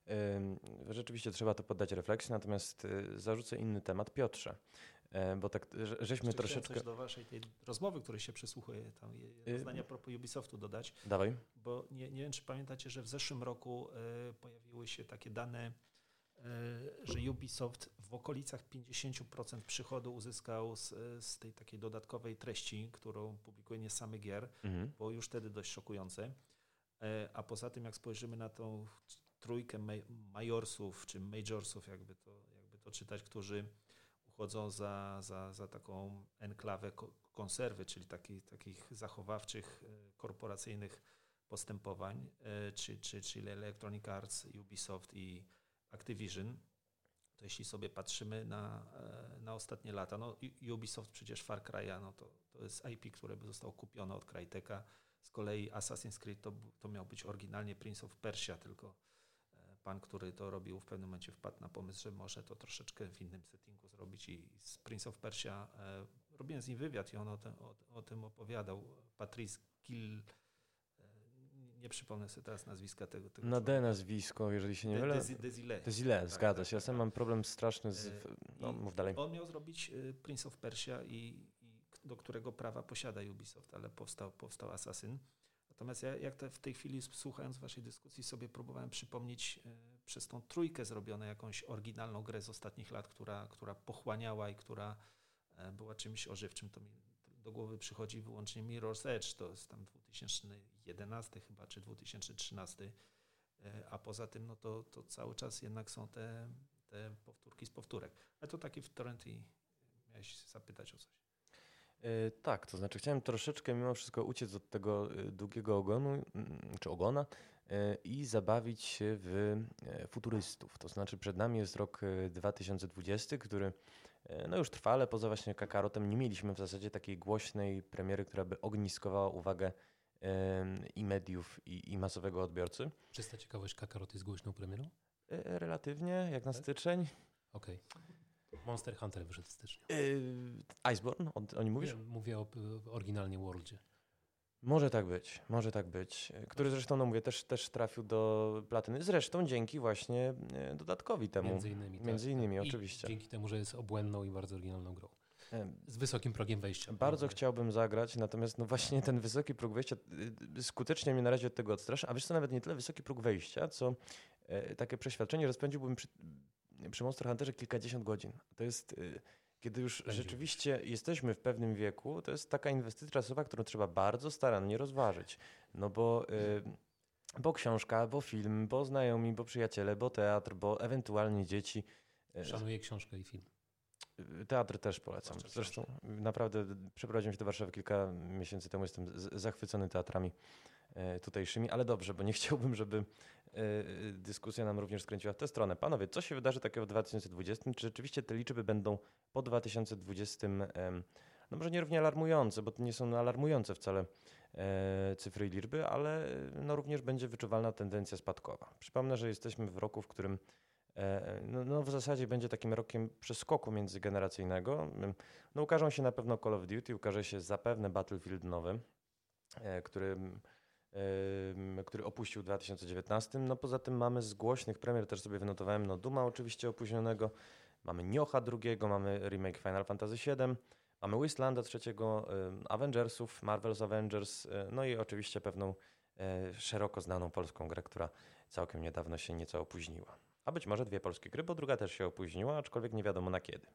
Rzeczywiście trzeba to poddać refleksji, natomiast zarzucę inny temat. Piotrze, bo tak żeśmy Czy troszeczkę... coś do waszej tej rozmowy, której się przysłuchuje, tam jedno zdanie a propos Ubisoftu dodać. Dawaj. Bo nie, nie wiem, czy pamiętacie, że w zeszłym roku y, pojawiły się takie dane, y, że Ubisoft w okolicach pięćdziesiąt procent przychodu uzyskał z, z tej takiej dodatkowej treści, którą publikuje nie same gier, mhm. było już wtedy dość szokujące. Y, a poza tym, jak spojrzymy na tą trójkę majorsów, czy majorsów, jakby to, jakby to czytać, którzy uchodzą za, za, za taką enklawę konserwy, czyli taki, takich zachowawczych, korporacyjnych postępowań, czy, czy, czyli Electronic Arts, Ubisoft i Activision, to jeśli sobie patrzymy na, na ostatnie lata, no Ubisoft przecież Far Cry'a, no to, to jest I P, które by zostało kupione od Crytek'a. Z kolei Assassin's Creed to, to miał być oryginalnie Prince of Persia, tylko pan, który to robił, w pewnym momencie wpadł na pomysł, że może to troszeczkę w innym settingu zrobić i z Prince of Persia e, robiłem z nim wywiad i on o, te, o, o tym opowiadał. Patrice Gil, e, nie przypomnę sobie teraz nazwiska tego. tego na D nazwisko, jeżeli się nie mylę. Desilets. Desilets, zgadza tak, się. Ja sam tak. mam problem straszny z... No, mów dalej. On miał zrobić Prince of Persia i, i do którego prawa posiada Ubisoft, ale powstał, powstał Assassin. Natomiast ja jak te, w tej chwili słuchając waszej dyskusji sobie próbowałem przypomnieć e, przez tą trójkę zrobioną jakąś oryginalną grę z ostatnich lat, która, która pochłaniała i która e, była czymś ożywczym. To mi do głowy przychodzi wyłącznie Mirror's Edge, to jest tam dwa tysiące jedenasty chyba, czy dwa tysiące trzynasty, e, a poza tym no to, to cały czas jednak są te, te powtórki z powtórek. Ale to taki wtręt i miałeś zapytać o coś. Yy, tak, to znaczy chciałem troszeczkę mimo wszystko uciec od tego długiego ogonu, yy, czy ogona yy, i zabawić się w yy, futurystów. To znaczy przed nami jest rok dwa tysiące dwudziesty, który yy, no już trwa, ale poza właśnie Kakarotem nie mieliśmy w zasadzie takiej głośnej premiery, która by ogniskowała uwagę yy, i mediów, i, i masowego odbiorcy. Czysta ciekawość, Kakarot jest głośną premierą? Yy, relatywnie, jak na styczeń. Okej. Okay. Monster Hunter wyszedł w styczniu. Yy, Iceborne? O, o nim mówisz? Nie, mówię o oryginalnie Worldzie. Może tak być, może tak być. Który zresztą, no mówię, też, też trafił do platyny. Zresztą dzięki właśnie dodatkowi temu. Między innymi, Między tak, innymi tak. oczywiście. I dzięki temu, że jest obłędną i bardzo oryginalną grą. Z wysokim progiem wejścia. Bardzo chciałbym zagrać, natomiast no właśnie ten wysoki próg wejścia skutecznie mnie na razie od tego odstrasza. A wiesz co, nawet nie tyle wysoki próg wejścia, co e, takie przeświadczenie, że spędziłbym przy, przy Monster Hunterze kilkadziesiąt godzin. To jest... E, Kiedy już Spędził. rzeczywiście jesteśmy w pewnym wieku, to jest taka inwestycja czasowa, którą trzeba bardzo starannie rozważyć. No bo, y, bo książka, bo film, bo znajomi, bo przyjaciele, bo teatr, bo ewentualnie dzieci. Szanuję książkę i film. Teatr też polecam. Zresztą naprawdę przeprowadziłem się do Warszawy kilka miesięcy temu. Jestem z- zachwycony teatrami y, tutejszymi, ale dobrze, bo nie chciałbym, żeby y, dyskusja nam również skręciła w tę stronę. Panowie, co się wydarzy takiego w dwa tysiące dwudziestym? Czy rzeczywiście te liczby będą po dwa tysiące dwudziestym, y, no może nie równie alarmujące, bo to nie są alarmujące wcale y, cyfry i liczby, ale no również będzie wyczuwalna tendencja spadkowa. Przypomnę, że jesteśmy w roku, w którym No, no w zasadzie będzie takim rokiem przeskoku międzygeneracyjnego. No ukażą się na pewno Call of Duty, ukaże się zapewne Battlefield nowy, który, który opuścił w dwa tysiące dziewiętnastym. No poza tym mamy z głośnych premier, też sobie wynotowałem, no Duma oczywiście opóźnionego, mamy Niocha drugiego, mamy remake Final Fantasy siedem, mamy Wastelanda trzeciego, Avengersów, Marvel's Avengers, no i oczywiście pewną szeroko znaną polską grę, która całkiem niedawno się nieco opóźniła. A być może dwie polskie gry, bo druga też się opóźniła, aczkolwiek nie wiadomo na kiedy.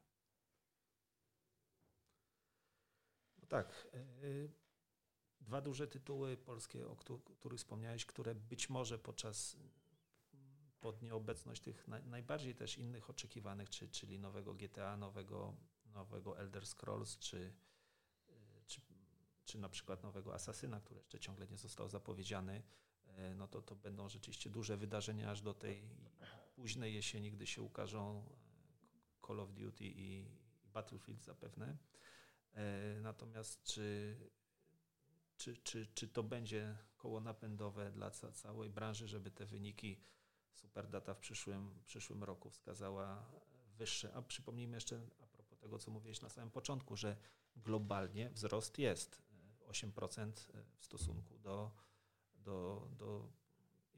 No tak. Dwa duże tytuły polskie, o których wspomniałeś, które być może podczas pod nieobecność tych naj, najbardziej też innych oczekiwanych, czy, czyli nowego G T A, nowego, nowego Elder Scrolls, czy, czy, czy na przykład nowego Asasyna, który jeszcze ciągle nie został zapowiedziany, no to to będą rzeczywiście duże wydarzenia aż do tej późnej jesieni, gdy się ukażą Call of Duty i Battlefield zapewne. Natomiast czy, czy, czy, czy to będzie koło napędowe dla ca- całej branży, żeby te wyniki Superdata w przyszłym, w przyszłym roku wskazała wyższe? A przypomnijmy jeszcze a propos tego, co mówiłeś na samym początku, że globalnie wzrost jest osiem procent w stosunku do Do, do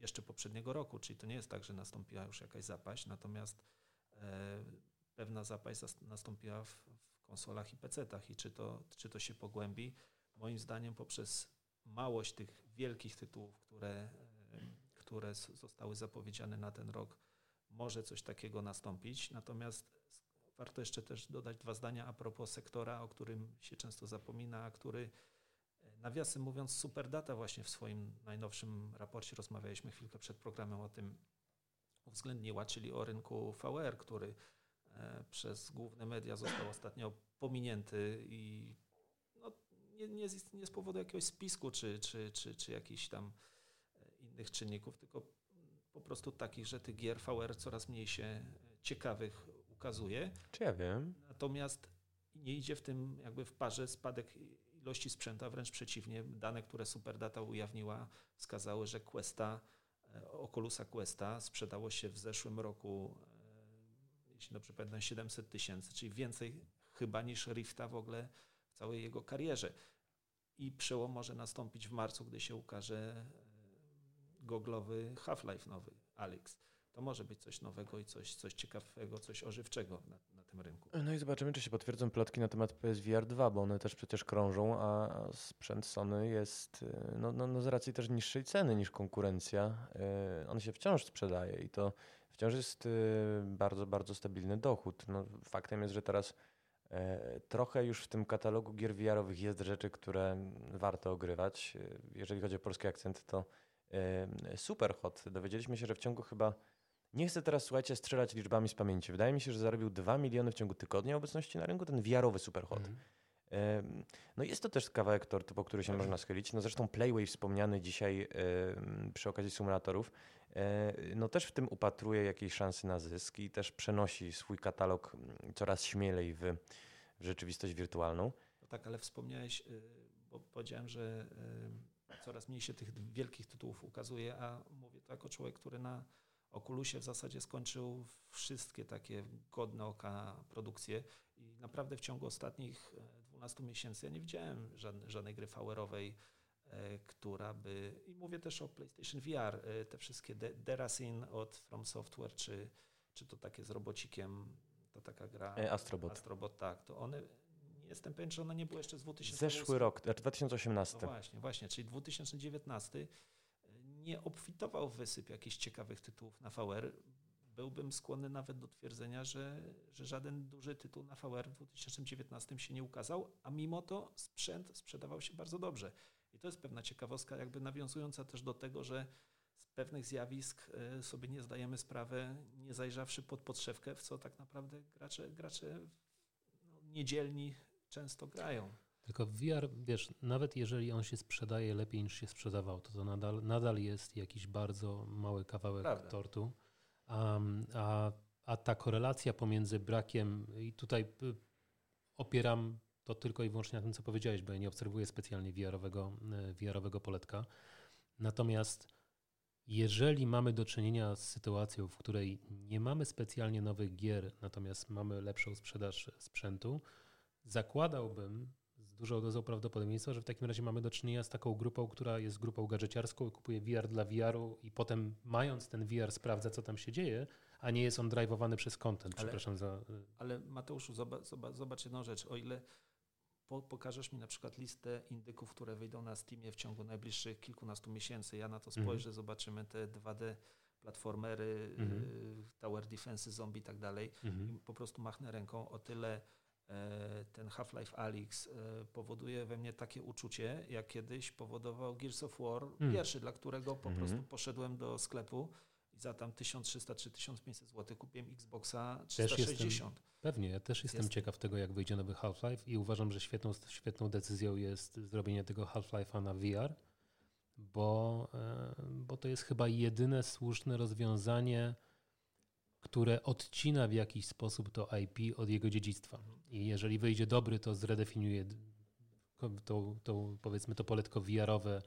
jeszcze poprzedniego roku, czyli to nie jest tak, że nastąpiła już jakaś zapaść, natomiast e, pewna zapaść zas- nastąpiła w, w konsolach i pecetach i czy to, czy to się pogłębi? Moim zdaniem poprzez małość tych wielkich tytułów, które, e, które s- zostały zapowiedziane na ten rok, może coś takiego nastąpić, natomiast warto jeszcze też dodać dwa zdania a propos sektora, o którym się często zapomina, a który, nawiasem mówiąc, Superdata właśnie w swoim najnowszym raporcie, rozmawialiśmy chwilkę przed programem o tym, uwzględniła, czyli o rynku V R, który przez główne media został ostatnio pominięty i no, nie, nie, z, nie z powodu jakiegoś spisku czy, czy, czy, czy jakichś tam innych czynników, tylko po prostu takich, że tych gier V R coraz mniej się ciekawych ukazuje. Czy ja wiem? Natomiast nie idzie w tym jakby w parze spadek ilości sprzętu, a wręcz przeciwnie. Dane, które Superdata ujawniła, wskazały, że Questa, Oculusa Questa sprzedało się w zeszłym roku, jeśli dobrze pamiętam, siedemset tysięcy, czyli więcej chyba niż Rifta w ogóle w całej jego karierze. I przełom może nastąpić w marcu, gdy się ukaże goglowy Half-Life nowy, Alyx. To może być coś nowego i coś, coś ciekawego, coś ożywczego na, na tym rynku. No i zobaczymy, czy się potwierdzą plotki na temat P S V R dwa, bo one też przecież krążą, a sprzęt Sony jest no, no, no z racji też niższej ceny niż konkurencja. On się wciąż sprzedaje i to wciąż jest bardzo, bardzo stabilny dochód. No, faktem jest, że teraz trochę już w tym katalogu gier V R-owych jest rzeczy, które warto ogrywać. Jeżeli chodzi o polski akcent, to Superhot. Dowiedzieliśmy się, że w ciągu chyba, nie chcę teraz, słuchajcie, strzelać liczbami z pamięci. Wydaje mi się, że zarobił dwa miliony w ciągu tygodnia obecności na rynku, ten V R-owy Superhot. Mm. No jest to też kawałek tortu, po który się można schylić. No zresztą Playway wspomniany dzisiaj przy okazji symulatorów, no też w tym upatruje jakiejś szansy na zysk i też przenosi swój katalog coraz śmielej w, w rzeczywistość wirtualną. No tak, ale wspomniałeś, bo powiedziałem, że coraz mniej się tych wielkich tytułów ukazuje, a mówię to jako człowiek, który na Oculusie w zasadzie skończył wszystkie takie godne oka produkcje i naprawdę w ciągu ostatnich dwunastu miesięcy ja nie widziałem żadnej, żadnej gry V R-owej, e, która by, i mówię też o PlayStation V R, e, te wszystkie De- Derasin od From Software, czy, czy to takie z robocikiem, to taka gra Astrobot. Astrobot, tak, to one, nie jestem pewien, czy one nie były jeszcze z dwutysięcznego ósmego. Zeszły rok, znaczy dwa tysiące osiemnasty. No właśnie, właśnie, czyli dwa tysiące dziewiętnasty nie obfitował w wysyp jakichś ciekawych tytułów na V R. Byłbym skłonny nawet do twierdzenia, że, że żaden duży tytuł na V R w dwa tysiące dziewiętnastym się nie ukazał, a mimo to sprzęt sprzedawał się bardzo dobrze. I to jest pewna ciekawostka, jakby nawiązująca też do tego, że z pewnych zjawisk sobie nie zdajemy sprawy, nie zajrzawszy pod podszewkę, w co tak naprawdę gracze, gracze no, niedzielni często grają. Tylko V R, wiesz, nawet jeżeli on się sprzedaje lepiej niż się sprzedawał, to to nadal, nadal jest jakiś bardzo mały kawałek Prawda. tortu. Um, a, a ta korelacja pomiędzy brakiem, i tutaj opieram to tylko i wyłącznie na tym, co powiedziałeś, bo ja nie obserwuję specjalnie V R-owego, V R-owego poletka. Natomiast jeżeli mamy do czynienia z sytuacją, w której nie mamy specjalnie nowych gier, natomiast mamy lepszą sprzedaż sprzętu, zakładałbym z dużą dozą prawdopodobieństwa, że w takim razie mamy do czynienia z taką grupą, która jest grupą gadżeciarską i kupuje V R dla V R-u i potem mając ten V R sprawdza, co tam się dzieje, a nie jest on drive'owany przez content. Ale, Przepraszam za... Ale Mateuszu, zobacz, zobacz, zobacz jedną rzecz. O ile po, pokażesz mi na przykład listę indyków, które wyjdą na Steamie w ciągu najbliższych kilkunastu miesięcy, ja na to spojrzę, mhm. zobaczymy te dwa D platformery, mhm. y, Tower Defense, zombie i tak dalej mhm. i po prostu machnę ręką. O tyle ten Half-Life Alyx powoduje we mnie takie uczucie, jak kiedyś powodował Gears of War mm. pierwszy, dla którego po mm-hmm. prostu poszedłem do sklepu i za tam tysiąc trzysta czy tysiąc pięćset złotych kupiłem Xboxa trzysta sześćdziesiąt. Jestem, pewnie, ja też jestem jest. ciekaw tego, jak wyjdzie nowy Half-Life i uważam, że świetną, świetną decyzją jest zrobienie tego Half-Life'a na V R, bo, bo to jest chyba jedyne słuszne rozwiązanie, które odcina w jakiś sposób to I P od jego dziedzictwa. I jeżeli wyjdzie dobry, to zredefiniuje to, to, powiedzmy to poletko V R-owe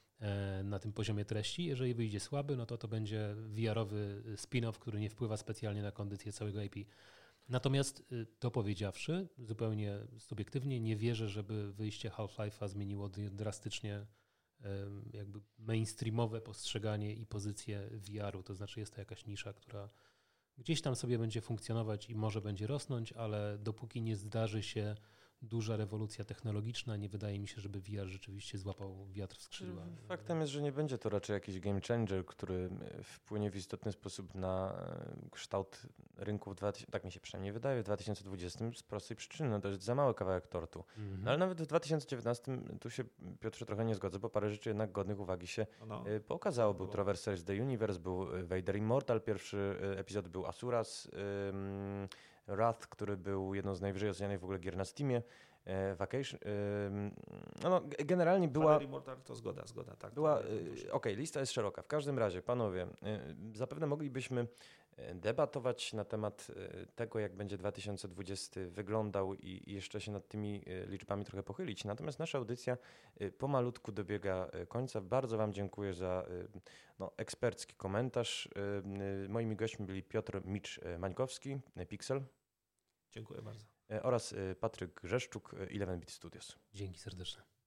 na tym poziomie treści. Jeżeli wyjdzie słaby, no to to będzie V R-owy spin-off, który nie wpływa specjalnie na kondycję całego I P. Natomiast to powiedziawszy, zupełnie subiektywnie nie wierzę, żeby wyjście Half-Life'a zmieniło drastycznie jakby mainstreamowe postrzeganie i pozycję V R-u. To znaczy jest to jakaś nisza, która gdzieś tam sobie będzie funkcjonować i może będzie rosnąć, ale dopóki nie zdarzy się duża rewolucja technologiczna, nie wydaje mi się, żeby V R rzeczywiście złapał wiatr w skrzydła. Faktem jest, że nie będzie to raczej jakiś game changer, który wpłynie w istotny sposób na kształt rynku w dwa tysiące, tak mi się przynajmniej wydaje, w dwa tysiące dwudziestym z prostej przyczyny. No to jest za mały kawałek tortu. Mm-hmm. No ale nawet w dwa tysiące dziewiętnastym tu się, Piotrze, trochę nie zgodzę, bo parę rzeczy jednak godnych uwagi się no, pokazało. Był Traversaries The Universe, był Vader Immortal, pierwszy epizod był Asuras, um, Wrath, który był jedną z najwyżej ocenianych w ogóle gier na Steamie. Vacation. No, generalnie była... Vader Immortal to zgoda, zgoda, tak. Była, Okej, okay, lista jest szeroka. W każdym razie, panowie, zapewne moglibyśmy debatować na temat tego, jak będzie dwa tysiące dwudziesty wyglądał i jeszcze się nad tymi liczbami trochę pochylić. Natomiast nasza audycja pomalutku dobiega końca. Bardzo wam dziękuję za no, ekspercki komentarz. Moimi gośćmi byli Piotr Micz-Mańkowski, Pixel. Dziękuję bardzo. Oraz Patryk Grzeszczuk, Eleven Bit Studios. Dzięki serdeczne.